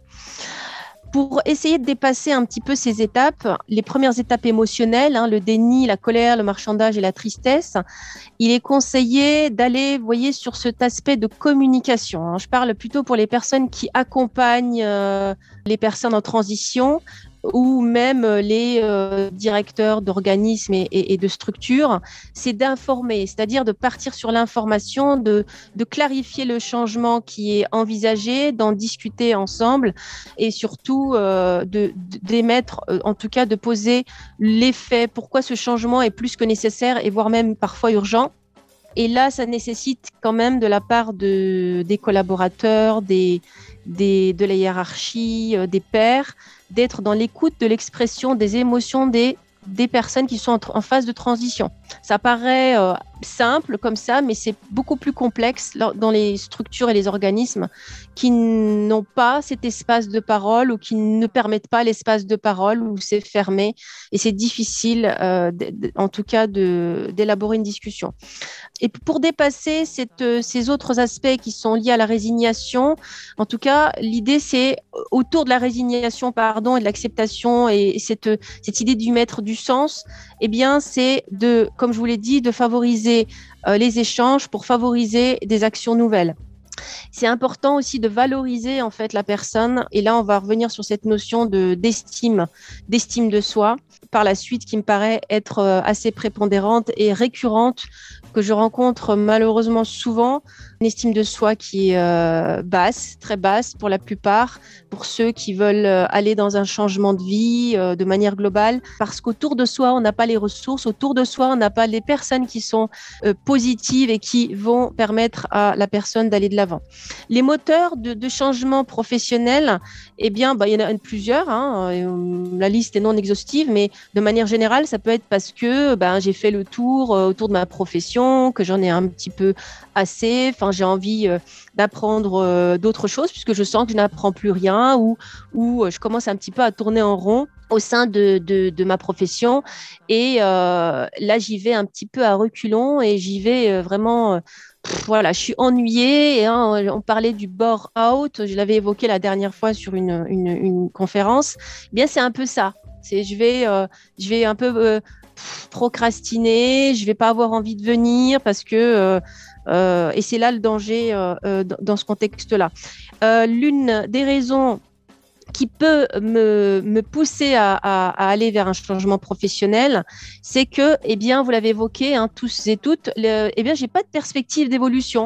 Pour essayer de dépasser un petit peu ces étapes, les premières étapes émotionnelles, hein, le déni, la colère, le marchandage et la tristesse, il est conseillé d'aller, vous voyez, sur cet aspect de communication. Hein. Je parle plutôt pour les personnes qui accompagnent euh, les personnes en transition ou même les euh, directeurs d'organismes et, et, et de structures, c'est d'informer, c'est-à-dire de partir sur l'information, de, de clarifier le changement qui est envisagé, d'en discuter ensemble et surtout euh, de, d'émettre, euh, en tout cas de poser les faits, pourquoi ce changement est plus que nécessaire et voire même parfois urgent. Et là, ça nécessite quand même de la part de, des collaborateurs, des, des, de la hiérarchie, euh, des pairs, d'être dans l'écoute de l'expression des émotions des, des personnes qui sont en, en phase de transition. Ça paraît euh, simple comme ça, mais c'est beaucoup plus complexe dans les structures et les organismes qui n'ont pas cet espace de parole ou qui ne permettent pas l'espace de parole où c'est fermé et c'est difficile, euh, d- d- en tout cas, de, d'élaborer une discussion. Et pour dépasser cette, ces autres aspects qui sont liés à la résignation, en tout cas, l'idée, c'est autour de la résignation, pardon, et de l'acceptation et cette, cette idée d'y mettre du sens, eh bien, c'est de, comme je vous l'ai dit, de favoriser euh, les échanges pour favoriser des actions nouvelles. C'est important aussi de valoriser en fait la personne. Et là, on va revenir sur cette notion de, d'estime, d'estime de soi, par la suite, qui me paraît être euh, assez prépondérante et récurrente, que je rencontre malheureusement souvent, une estime de soi qui est euh, basse, très basse pour la plupart, pour ceux qui veulent euh, aller dans un changement de vie euh, de manière globale, parce qu'autour de soi, on n'a pas les ressources, autour de soi, on n'a pas les personnes qui sont euh, positives et qui vont permettre à la personne d'aller de l'avant. Les moteurs de, de changement professionnel, eh bien, bah, il y en a plusieurs, hein, la liste est non exhaustive, mais de manière générale, ça peut être parce que ben, j'ai fait le tour euh, autour de ma profession, que j'en ai un petit peu assez, enfin j'ai envie euh, d'apprendre euh, d'autres choses puisque je sens que je n'apprends plus rien ou, ou euh, je commence un petit peu à tourner en rond au sein de, de, de ma profession et euh, là j'y vais un petit peu à reculons et j'y vais euh, vraiment... Euh, Pff, voilà, je suis ennuyée. Et, hein, on parlait du bore-out, je l'avais évoqué la dernière fois sur une, une, une conférence. Eh bien, c'est un peu ça. C'est, je, vais, euh, je vais un peu euh, pff, procrastiner, je ne vais pas avoir envie de venir parce que... Euh, euh, et c'est là le danger euh, euh, dans ce contexte-là. Euh, l'une des raisons qui peut me, me pousser à, à, à aller vers un changement professionnel, c'est que, eh bien, vous l'avez évoqué, hein, tous et toutes, le, eh bien, j'ai pas de perspective d'évolution.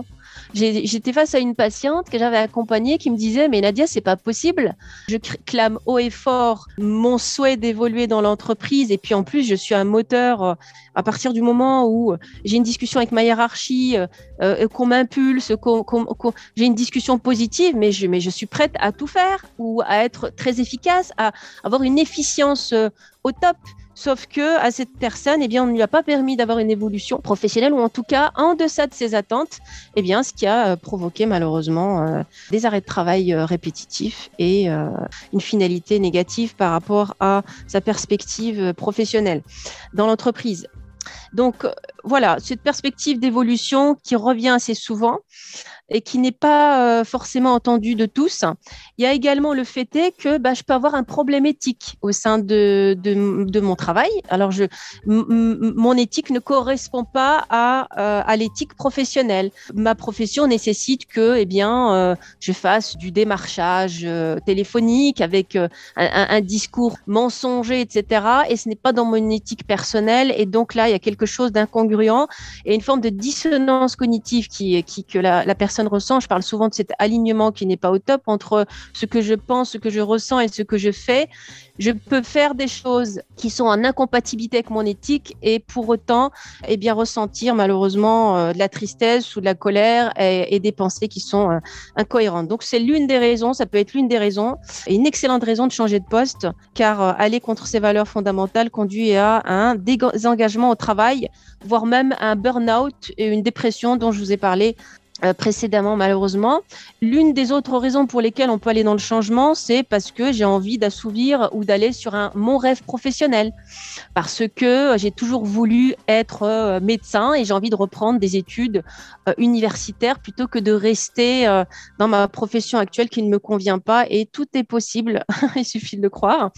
j'ai, j'étais face à une patiente que j'avais accompagnée qui me disait « Mais Nadia, c'est pas possible. Je clame haut et fort mon souhait d'évoluer dans l'entreprise et puis en plus, je suis un moteur à partir du moment où j'ai une discussion avec ma hiérarchie, euh, qu'on m'impulse, qu'on, qu'on, qu'on, j'ai une discussion positive, mais je, mais je suis prête à tout faire ou à être très efficace, à avoir une efficience euh, au top. » Sauf que à cette personne, eh bien, on ne lui a pas permis d'avoir une évolution professionnelle ou en tout cas en deçà de ses attentes, eh bien, ce qui a euh, provoqué malheureusement euh, des arrêts de travail euh, répétitifs et euh, une finalité négative par rapport à sa perspective professionnelle dans l'entreprise. Donc voilà, cette perspective d'évolution qui revient assez souvent et qui n'est pas euh, forcément entendue de tous. Il y a également le fait est que bah, je peux avoir un problème éthique au sein de, de, de mon travail. Alors, je, m- m- mon éthique ne correspond pas à, euh, à l'éthique professionnelle. Ma profession nécessite que eh bien, euh, je fasse du démarchage euh, téléphonique avec euh, un, un discours mensonger, et cetera. Et ce n'est pas dans mon éthique personnelle. Et donc là, il y a quelque chose d'incongruent et une forme de dissonance cognitive qui, qui, que la, la personne ressent. Je parle souvent de cet alignement qui n'est pas au top entre ce que je pense, ce que je ressens et ce que je fais. Je peux faire des choses qui sont en incompatibilité avec mon éthique et pour autant eh bien, ressentir malheureusement euh, de la tristesse ou de la colère et, et des pensées qui sont euh, incohérentes. Donc c'est l'une des raisons, ça peut être l'une des raisons et une excellente raison de changer de poste car euh, aller contre ses valeurs fondamentales conduit à un désengagement au travail, voire même à un burn-out et une dépression dont je vous ai parlé Euh, précédemment malheureusement. L'une des autres raisons pour lesquelles on peut aller dans le changement, c'est parce que j'ai envie d'assouvir ou d'aller sur un mon rêve professionnel. Parce que j'ai toujours voulu être euh, médecin et j'ai envie de reprendre des études euh, universitaires plutôt que de rester euh, dans ma profession actuelle qui ne me convient pas et tout est possible, il suffit de le croire.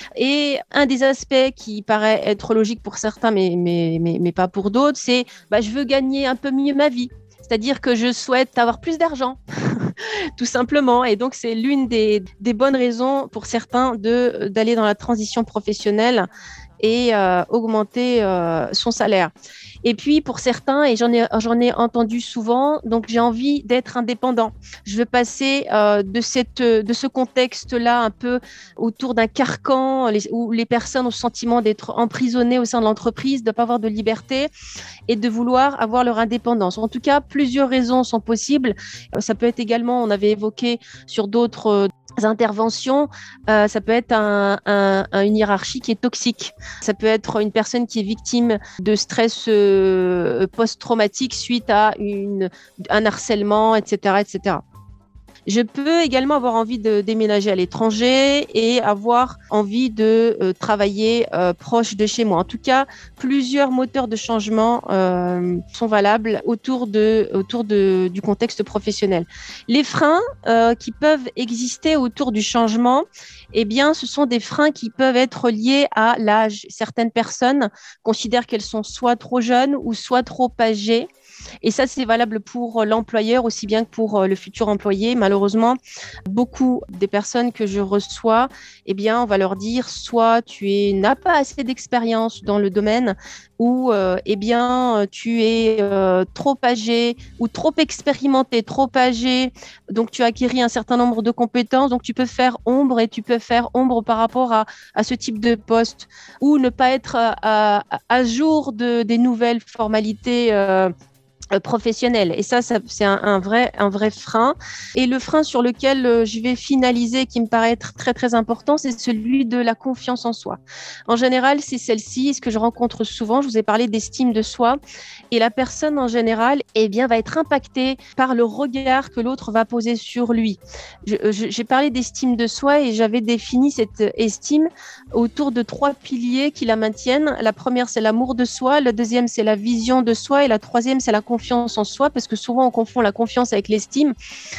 Et un des aspects qui paraît être logique pour certains mais, mais, mais, mais pas pour d'autres, c'est bah, je veux gagner un peu mieux ma vie. C'est-à-dire que je souhaite avoir plus d'argent, tout simplement. Et donc, c'est l'une des, des bonnes raisons pour certains de, d'aller dans la transition professionnelle et euh, augmenter euh, son salaire. Et puis, pour certains, et j'en ai, j'en ai entendu souvent, donc j'ai envie d'être indépendant. Je veux passer euh, de, cette, de ce contexte-là un peu autour d'un carcan les, où les personnes ont le sentiment d'être emprisonnées au sein de l'entreprise, de ne pas avoir de liberté et de vouloir avoir leur indépendance. En tout cas, plusieurs raisons sont possibles. Ça peut être également, on avait évoqué sur d'autres euh, interventions, euh, ça peut être un, un, un, une hiérarchie qui est toxique. Ça peut être une personne qui est victime de stress euh, post-traumatique suite à une, un harcèlement, et cetera, et cetera. Je peux également avoir envie de déménager à l'étranger et avoir envie de euh, travailler euh, proche de chez moi. En tout cas, plusieurs moteurs de changement euh, sont valables autour, de, autour de, du contexte professionnel. Les freins euh, qui peuvent exister autour du changement, eh bien, ce sont des freins qui peuvent être liés à l'âge. Certaines personnes considèrent qu'elles sont soit trop jeunes ou soit trop âgées. Et ça, c'est valable pour l'employeur aussi bien que pour le futur employé. Malheureusement, beaucoup des personnes que je reçois, eh bien, on va leur dire soit tu es, n'as pas assez d'expérience dans le domaine ou euh, eh bien, tu es euh, trop âgé ou trop expérimenté, trop âgé. Donc, tu as acquis un certain nombre de compétences. Donc, tu peux faire ombre et tu peux faire ombre par rapport à, à ce type de poste ou ne pas être à, à, à jour de, des nouvelles formalités euh, professionnel. Et ça, ça c'est un, un, vrai, un vrai frein. Et le frein sur lequel euh, je vais finaliser, qui me paraît être très, très important, c'est celui de la confiance en soi. En général, c'est celle-ci, ce que je rencontre souvent. Je vous ai parlé d'estime de soi. Et la personne, en général, eh bien, va être impactée par le regard que l'autre va poser sur lui. Je, je, j'ai parlé d'estime de soi et j'avais défini cette estime autour de trois piliers qui la maintiennent. La première, c'est l'amour de soi. La deuxième, c'est la vision de soi. Et la troisième, c'est la confiance en soi, parce que souvent on confond la confiance avec l'estime.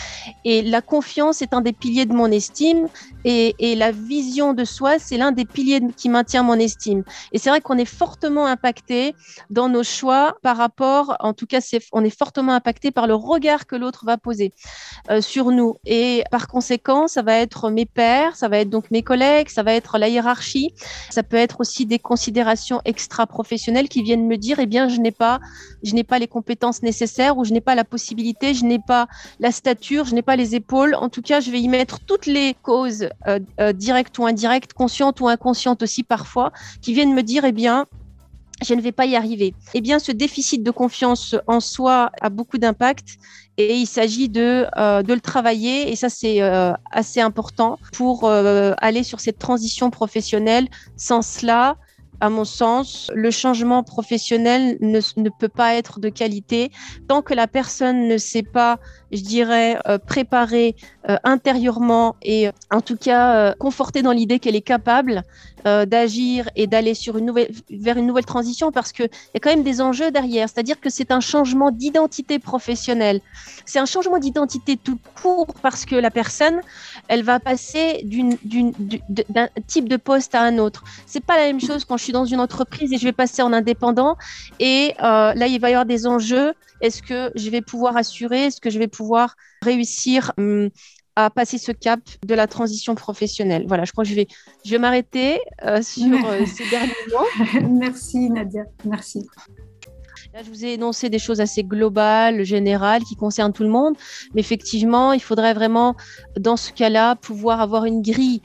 Et la confiance est un des piliers de mon estime et, et la vision de soi, c'est l'un des piliers qui maintient mon estime. Et c'est vrai qu'on est fortement impacté dans nos choix par rapport, en tout cas, c'est, on est fortement impacté par le regard que l'autre va poser euh, sur nous. Et par conséquent, ça va être mes pairs, ça va être donc mes collègues, ça va être la hiérarchie, ça peut être aussi des considérations extra-professionnelles qui viennent me dire, eh bien, je n'ai pas, je n'ai pas les compétences compétences nécessaires ou je n'ai pas la possibilité, je n'ai pas la stature, je n'ai pas les épaules. En tout cas, je vais y mettre toutes les causes euh, euh, directes ou indirectes, conscientes ou inconscientes aussi parfois, qui viennent me dire, eh bien, je ne vais pas y arriver. Eh bien, ce déficit de confiance en soi a beaucoup d'impact et il s'agit de, euh, de le travailler et ça, c'est euh, assez important pour euh, aller sur cette transition professionnelle. Sans cela, à mon sens, le changement professionnel ne, ne peut pas être de qualité tant que la personne ne s'est pas, je dirais, euh, préparée euh, intérieurement et en tout cas euh, confortée dans l'idée qu'elle est capable euh, d'agir et d'aller sur une nouvelle, vers une nouvelle transition parce qu'il y a quand même des enjeux derrière. C'est-à-dire que c'est un changement d'identité professionnelle. C'est un changement d'identité tout court parce que la personne, elle va passer d'une, d'une, d'un type de poste à un autre. C'est pas la même chose quand je suis dans une entreprise et je vais passer en indépendant et euh, là, il va y avoir des enjeux. Est-ce que je vais pouvoir assurer? Est-ce que je vais pouvoir réussir hum, à passer ce cap de la transition professionnelle? Voilà, je crois que je vais, je vais m'arrêter euh, sur euh, ces derniers mots. Merci Nadia, merci. Là, je vous ai énoncé des choses assez globales, générales, qui concernent tout le monde. Mais effectivement, il faudrait vraiment, dans ce cas-là, pouvoir avoir une grille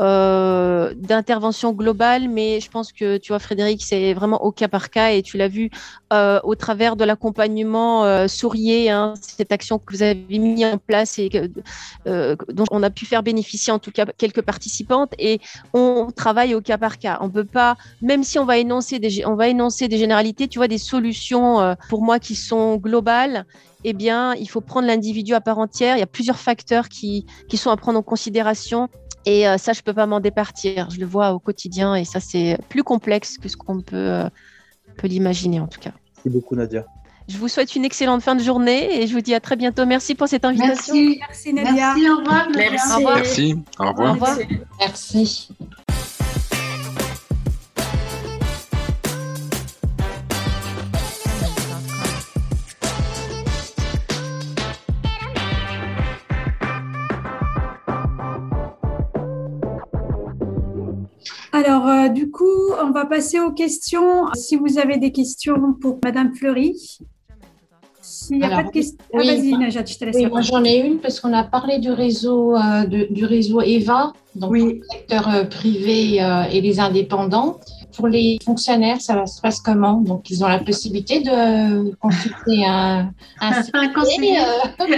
euh, d'intervention globale. Mais je pense que, tu vois, Frédéric, c'est vraiment au cas par cas. Et tu l'as vu euh, au travers de l'accompagnement euh, Souriez, hein, cette action que vous avez mis en place et que, euh, dont on a pu faire bénéficier en tout cas quelques participantes. Et on travaille au cas par cas. On peut pas, même si on va énoncer des, on va énoncer des généralités, tu vois, des solutions pour moi qui sont globales, eh bien, il faut prendre l'individu à part entière. Il y a plusieurs facteurs qui, qui sont à prendre en considération et euh, ça, je ne peux pas m'en départir. Je le vois au quotidien et ça, c'est plus complexe que ce qu'on peut, euh, peut l'imaginer en tout cas. Merci beaucoup Nadia. Je vous souhaite une excellente fin de journée et je vous dis à très bientôt. Merci pour cette invitation. Merci, Merci Nadia. Merci, au revoir. Merci. Au revoir. Merci, au revoir. Au revoir. Merci. Alors, euh, du coup, on va passer aux questions. Si vous avez des questions pour Madame Fleury. S'il n'y a Alors, pas de questions. oui, ah, vas-y, moi- Najat, je te laisse. Oui, la moi parole. j'en ai une parce qu'on a parlé du réseau, euh, de- du réseau E V A, donc Oui. le secteur euh, privé euh, et les indépendants. Pour les fonctionnaires, ça va se passe comment? Donc ils ont la possibilité de consulter un, un C P, Un conseiller. euh,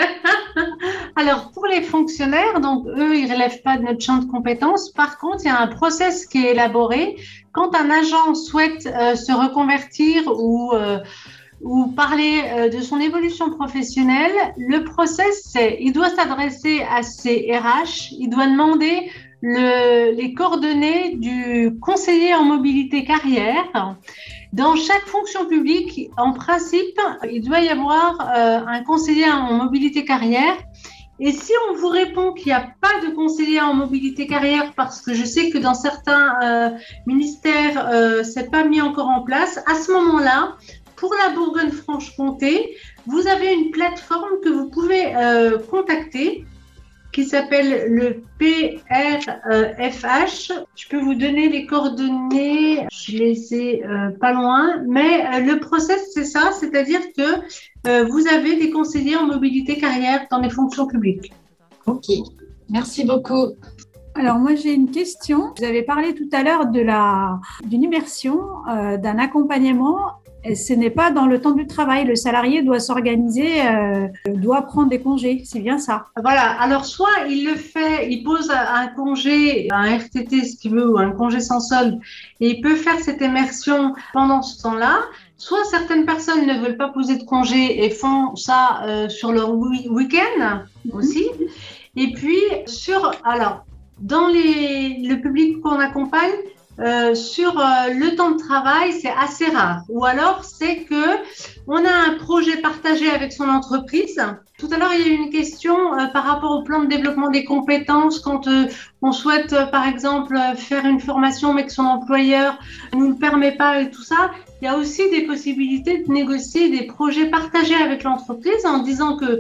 Alors, pour les fonctionnaires, donc eux, ils ne relèvent pas de notre champ de compétences. Par contre, il y a un process qui est élaboré. Quand un agent souhaite euh, se reconvertir ou, euh, ou parler euh, de son évolution professionnelle, le process, c'est il doit s'adresser à ses R H, il doit demander le, les coordonnées du conseiller en mobilité carrière. Dans chaque fonction publique, en principe, il doit y avoir euh, un conseiller en mobilité carrière. Et si on vous répond qu'il n'y a pas de conseiller en mobilité carrière, parce que je sais que dans certains euh, ministères, euh, ce n'est pas mis encore en place, à ce moment-là, pour la Bourgogne-Franche-Comté, vous avez une plateforme que vous pouvez euh, contacter qui s'appelle le P R F H. Je peux vous donner les coordonnées, je les ai euh, pas loin, mais euh, le process, c'est ça, c'est-à-dire que euh, vous avez des conseillers en mobilité carrière dans les fonctions publiques. Ok, merci beaucoup. Alors, moi, j'ai une question. Vous avez parlé tout à l'heure de la, d'une immersion, euh, d'un accompagnement. Et ce n'est pas dans le temps du travail. Le salarié doit s'organiser, euh, doit prendre des congés. C'est bien ça. Voilà, alors soit il le fait, il pose un congé, un R T T, ce qu'il veut, ou un congé sans solde, et il peut faire cette immersion pendant ce temps-là. Soit certaines personnes ne veulent pas poser de congé et font ça euh, sur leur wi- week-end aussi. Et puis, sur, alors, dans les, le public qu'on accompagne, Euh, sur euh, le temps de travail, c'est assez rare. Ou alors, c'est que on a un projet partagé avec son entreprise. Tout à l'heure, il y a eu une question euh, par rapport au plan de développement des compétences. Quand euh, on souhaite, euh, par exemple, euh, faire une formation, mais que son employeur ne nous le permet pas et tout ça, il y a aussi des possibilités de négocier des projets partagés avec l'entreprise en disant que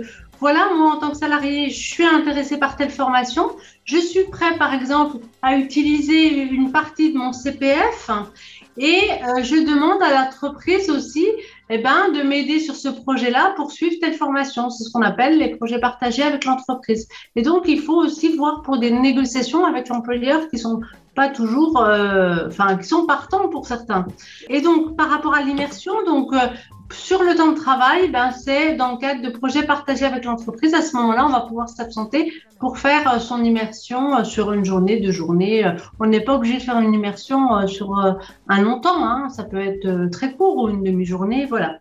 voilà, moi en tant que salarié, je suis intéressé par telle formation, je suis prêt par exemple à utiliser une partie de mon C P F et euh, je demande à l'entreprise aussi eh ben, de m'aider sur ce projet-là pour suivre telle formation. C'est ce qu'on appelle les projets partagés avec l'entreprise. Et donc, il faut aussi voir pour des négociations avec l'employeur qui sont pas toujours, euh, enfin, qui sont partants pour certains. Et donc, par rapport à l'immersion, donc, euh, sur le temps de travail, ben, c'est dans le cadre de projets partagés avec l'entreprise. À ce moment-là, on va pouvoir s'absenter pour faire euh, son immersion euh, sur une journée, deux journées. Euh, on n'est pas obligé de faire une immersion euh, sur euh, un long temps. Hein. Ça peut être euh, très court ou une demi-journée. Voilà.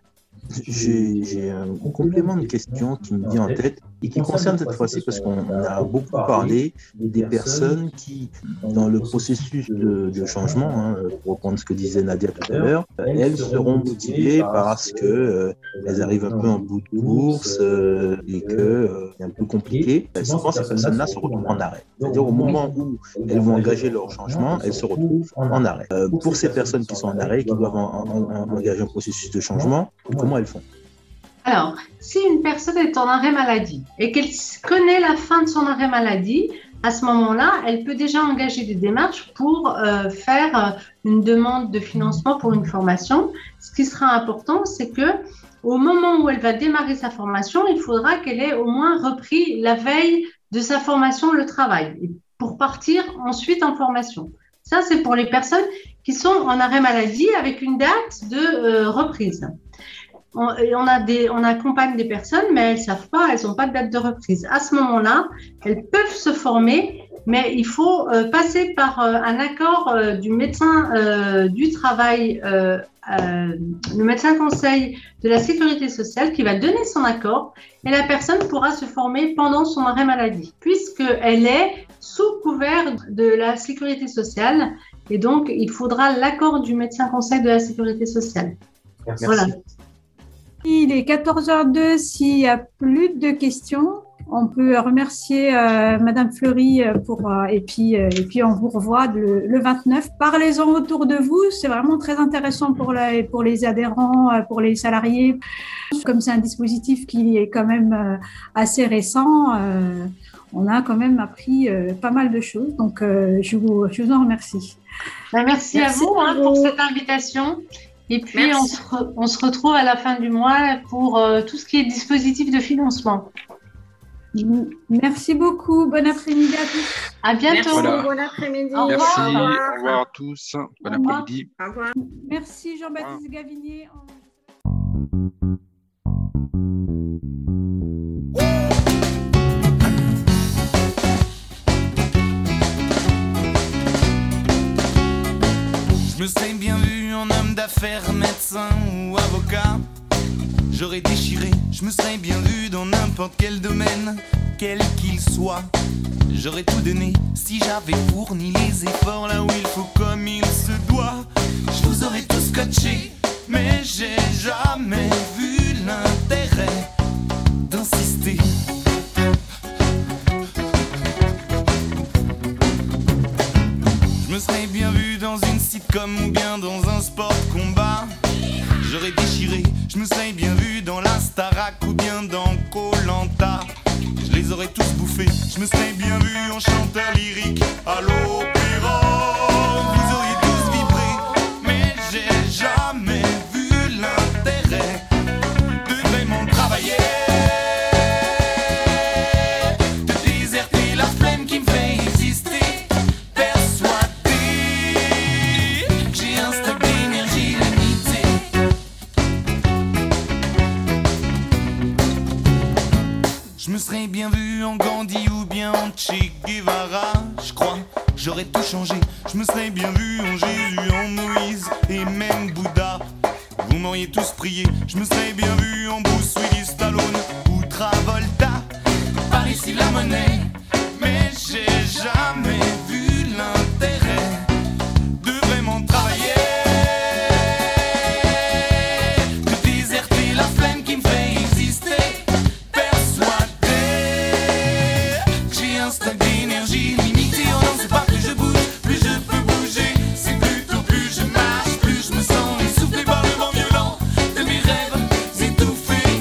J'ai, j'ai un complément de question qui me vient en tête et qui concerne cette fois-ci parce qu'on a beaucoup parlé des personnes qui, dans le processus de, de changement, hein, pour reprendre ce que disait Nadia tout à l'heure, elles seront motivées parce que euh, elles arrivent un peu en bout de course euh, et que euh, c'est un peu compliqué. Souvent, ces personnes-là se retrouvent en arrêt. C'est-à-dire au moment où elles vont engager leur changement, elles se retrouvent en arrêt. Euh, pour ces personnes qui sont en arrêt, qui doivent en, en, en engager un processus de changement, comment elles font? Alors, si une personne est en arrêt maladie et qu'elle connaît la fin de son arrêt maladie, à ce moment-là, elle peut déjà engager des démarches pour euh, faire une demande de financement pour une formation. Ce qui sera important, c'est que au moment où elle va démarrer sa formation, il faudra qu'elle ait au moins repris la veille de sa formation le travail pour partir ensuite en formation. Ça, c'est pour les personnes qui sont en arrêt maladie avec une date de euh, reprise. On, on, a des, on accompagne des personnes, mais elles ne savent pas, elles n'ont pas de date de reprise. À ce moment-là, elles peuvent se former, mais il faut euh, passer par euh, un accord euh, du médecin euh, du travail, euh, euh, le médecin conseil de la sécurité sociale qui va donner son accord et la personne pourra se former pendant son arrêt maladie, puisqu'elle est sous couvert de la sécurité sociale et donc il faudra l'accord du médecin conseil de la sécurité sociale. Merci. Voilà. Il est quatorze heures deux. S'il n'y a plus de questions, on peut remercier euh, Madame Fleury pour, euh, et, puis, euh, et puis on vous revoit le, le vingt-neuf. Parlez-en autour de vous, c'est vraiment très intéressant pour, la, pour les adhérents, pour les salariés. Comme c'est un dispositif qui est quand même euh, assez récent, euh, on a quand même appris euh, pas mal de choses. Donc, euh, je, vous, je vous en remercie. Ben, merci, merci à vous, hein, pour cette invitation. Et puis, on se, re, on se retrouve à la fin du mois pour euh, tout ce qui est dispositif de financement. Merci beaucoup. Bon après-midi à tous. À bientôt. Voilà. Bon après-midi. Au Merci, revoir. au revoir à tous. Bon après-midi. Au revoir. Merci Jean-Baptiste Gavinier. Je me serais bien vu en homme d'affaires, médecin ou avocat. J'aurais déchiré, je me serais bien vu dans n'importe quel domaine, quel qu'il soit. J'aurais tout donné si j'avais fourni les efforts là où il faut comme il se doit. Je vous aurais tous scotché, mais j'ai jamais vu l'intérêt d'insister. Je me serais bien vu dans une sitcom ou bien dans un sport de combat. J'aurais déchiré, je me serais bien vu dans la Starac ou bien dans Koh-Lanta. Je les aurais tous bouffés, je me serais bien vu en chanteur lyrique à l'opéra. Vous auriez tous vibré, mais j'ai jamais vu l'intérêt de vraiment travailler. De déserter la flemme qui me fait exister. Je me serais bien vu en Gandhi ou bien en Che Guevara. Je crois, j'aurais tout changé. Je me serais bien vu en Jésus, en Moïse et même Bouddha. Vous m'auriez tous prié. Je me serais bien vu en Bruce Willis, Stallone ou Travolta. Par ici la monnaie, mais j'ai jamais vu l'intérêt de vraiment travailler. De déserter la flemme qui me fait exister. D'énergie limitée, oh non c'est pas que je bouge, plus je peux bouger, c'est plutôt plus je marche, plus je me sens essoufflé par le vent violent de mes rêves étouffés.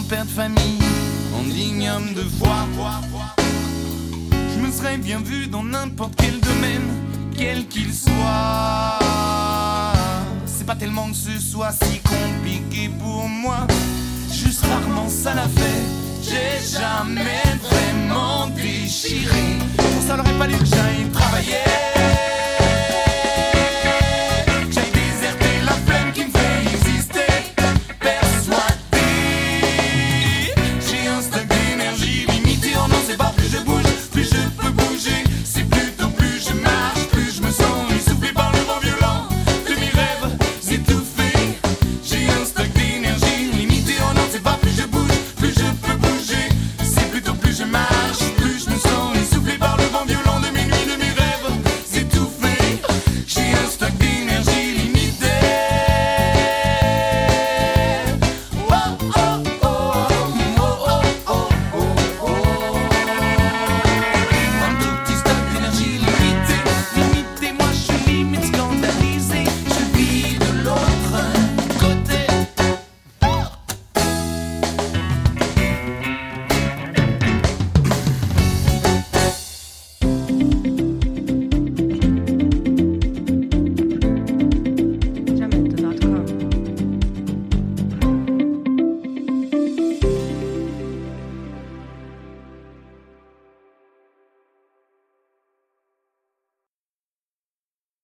père de famille, en digne homme de foi. Je me serais bien vu dans n'importe quel domaine, quel qu'il soit. C'est pas tellement que ce soit si compliqué pour moi, juste rarement ça l'a fait. J'ai jamais vraiment déchiré. Pour ça, il aurait fallu que j'aille travailler.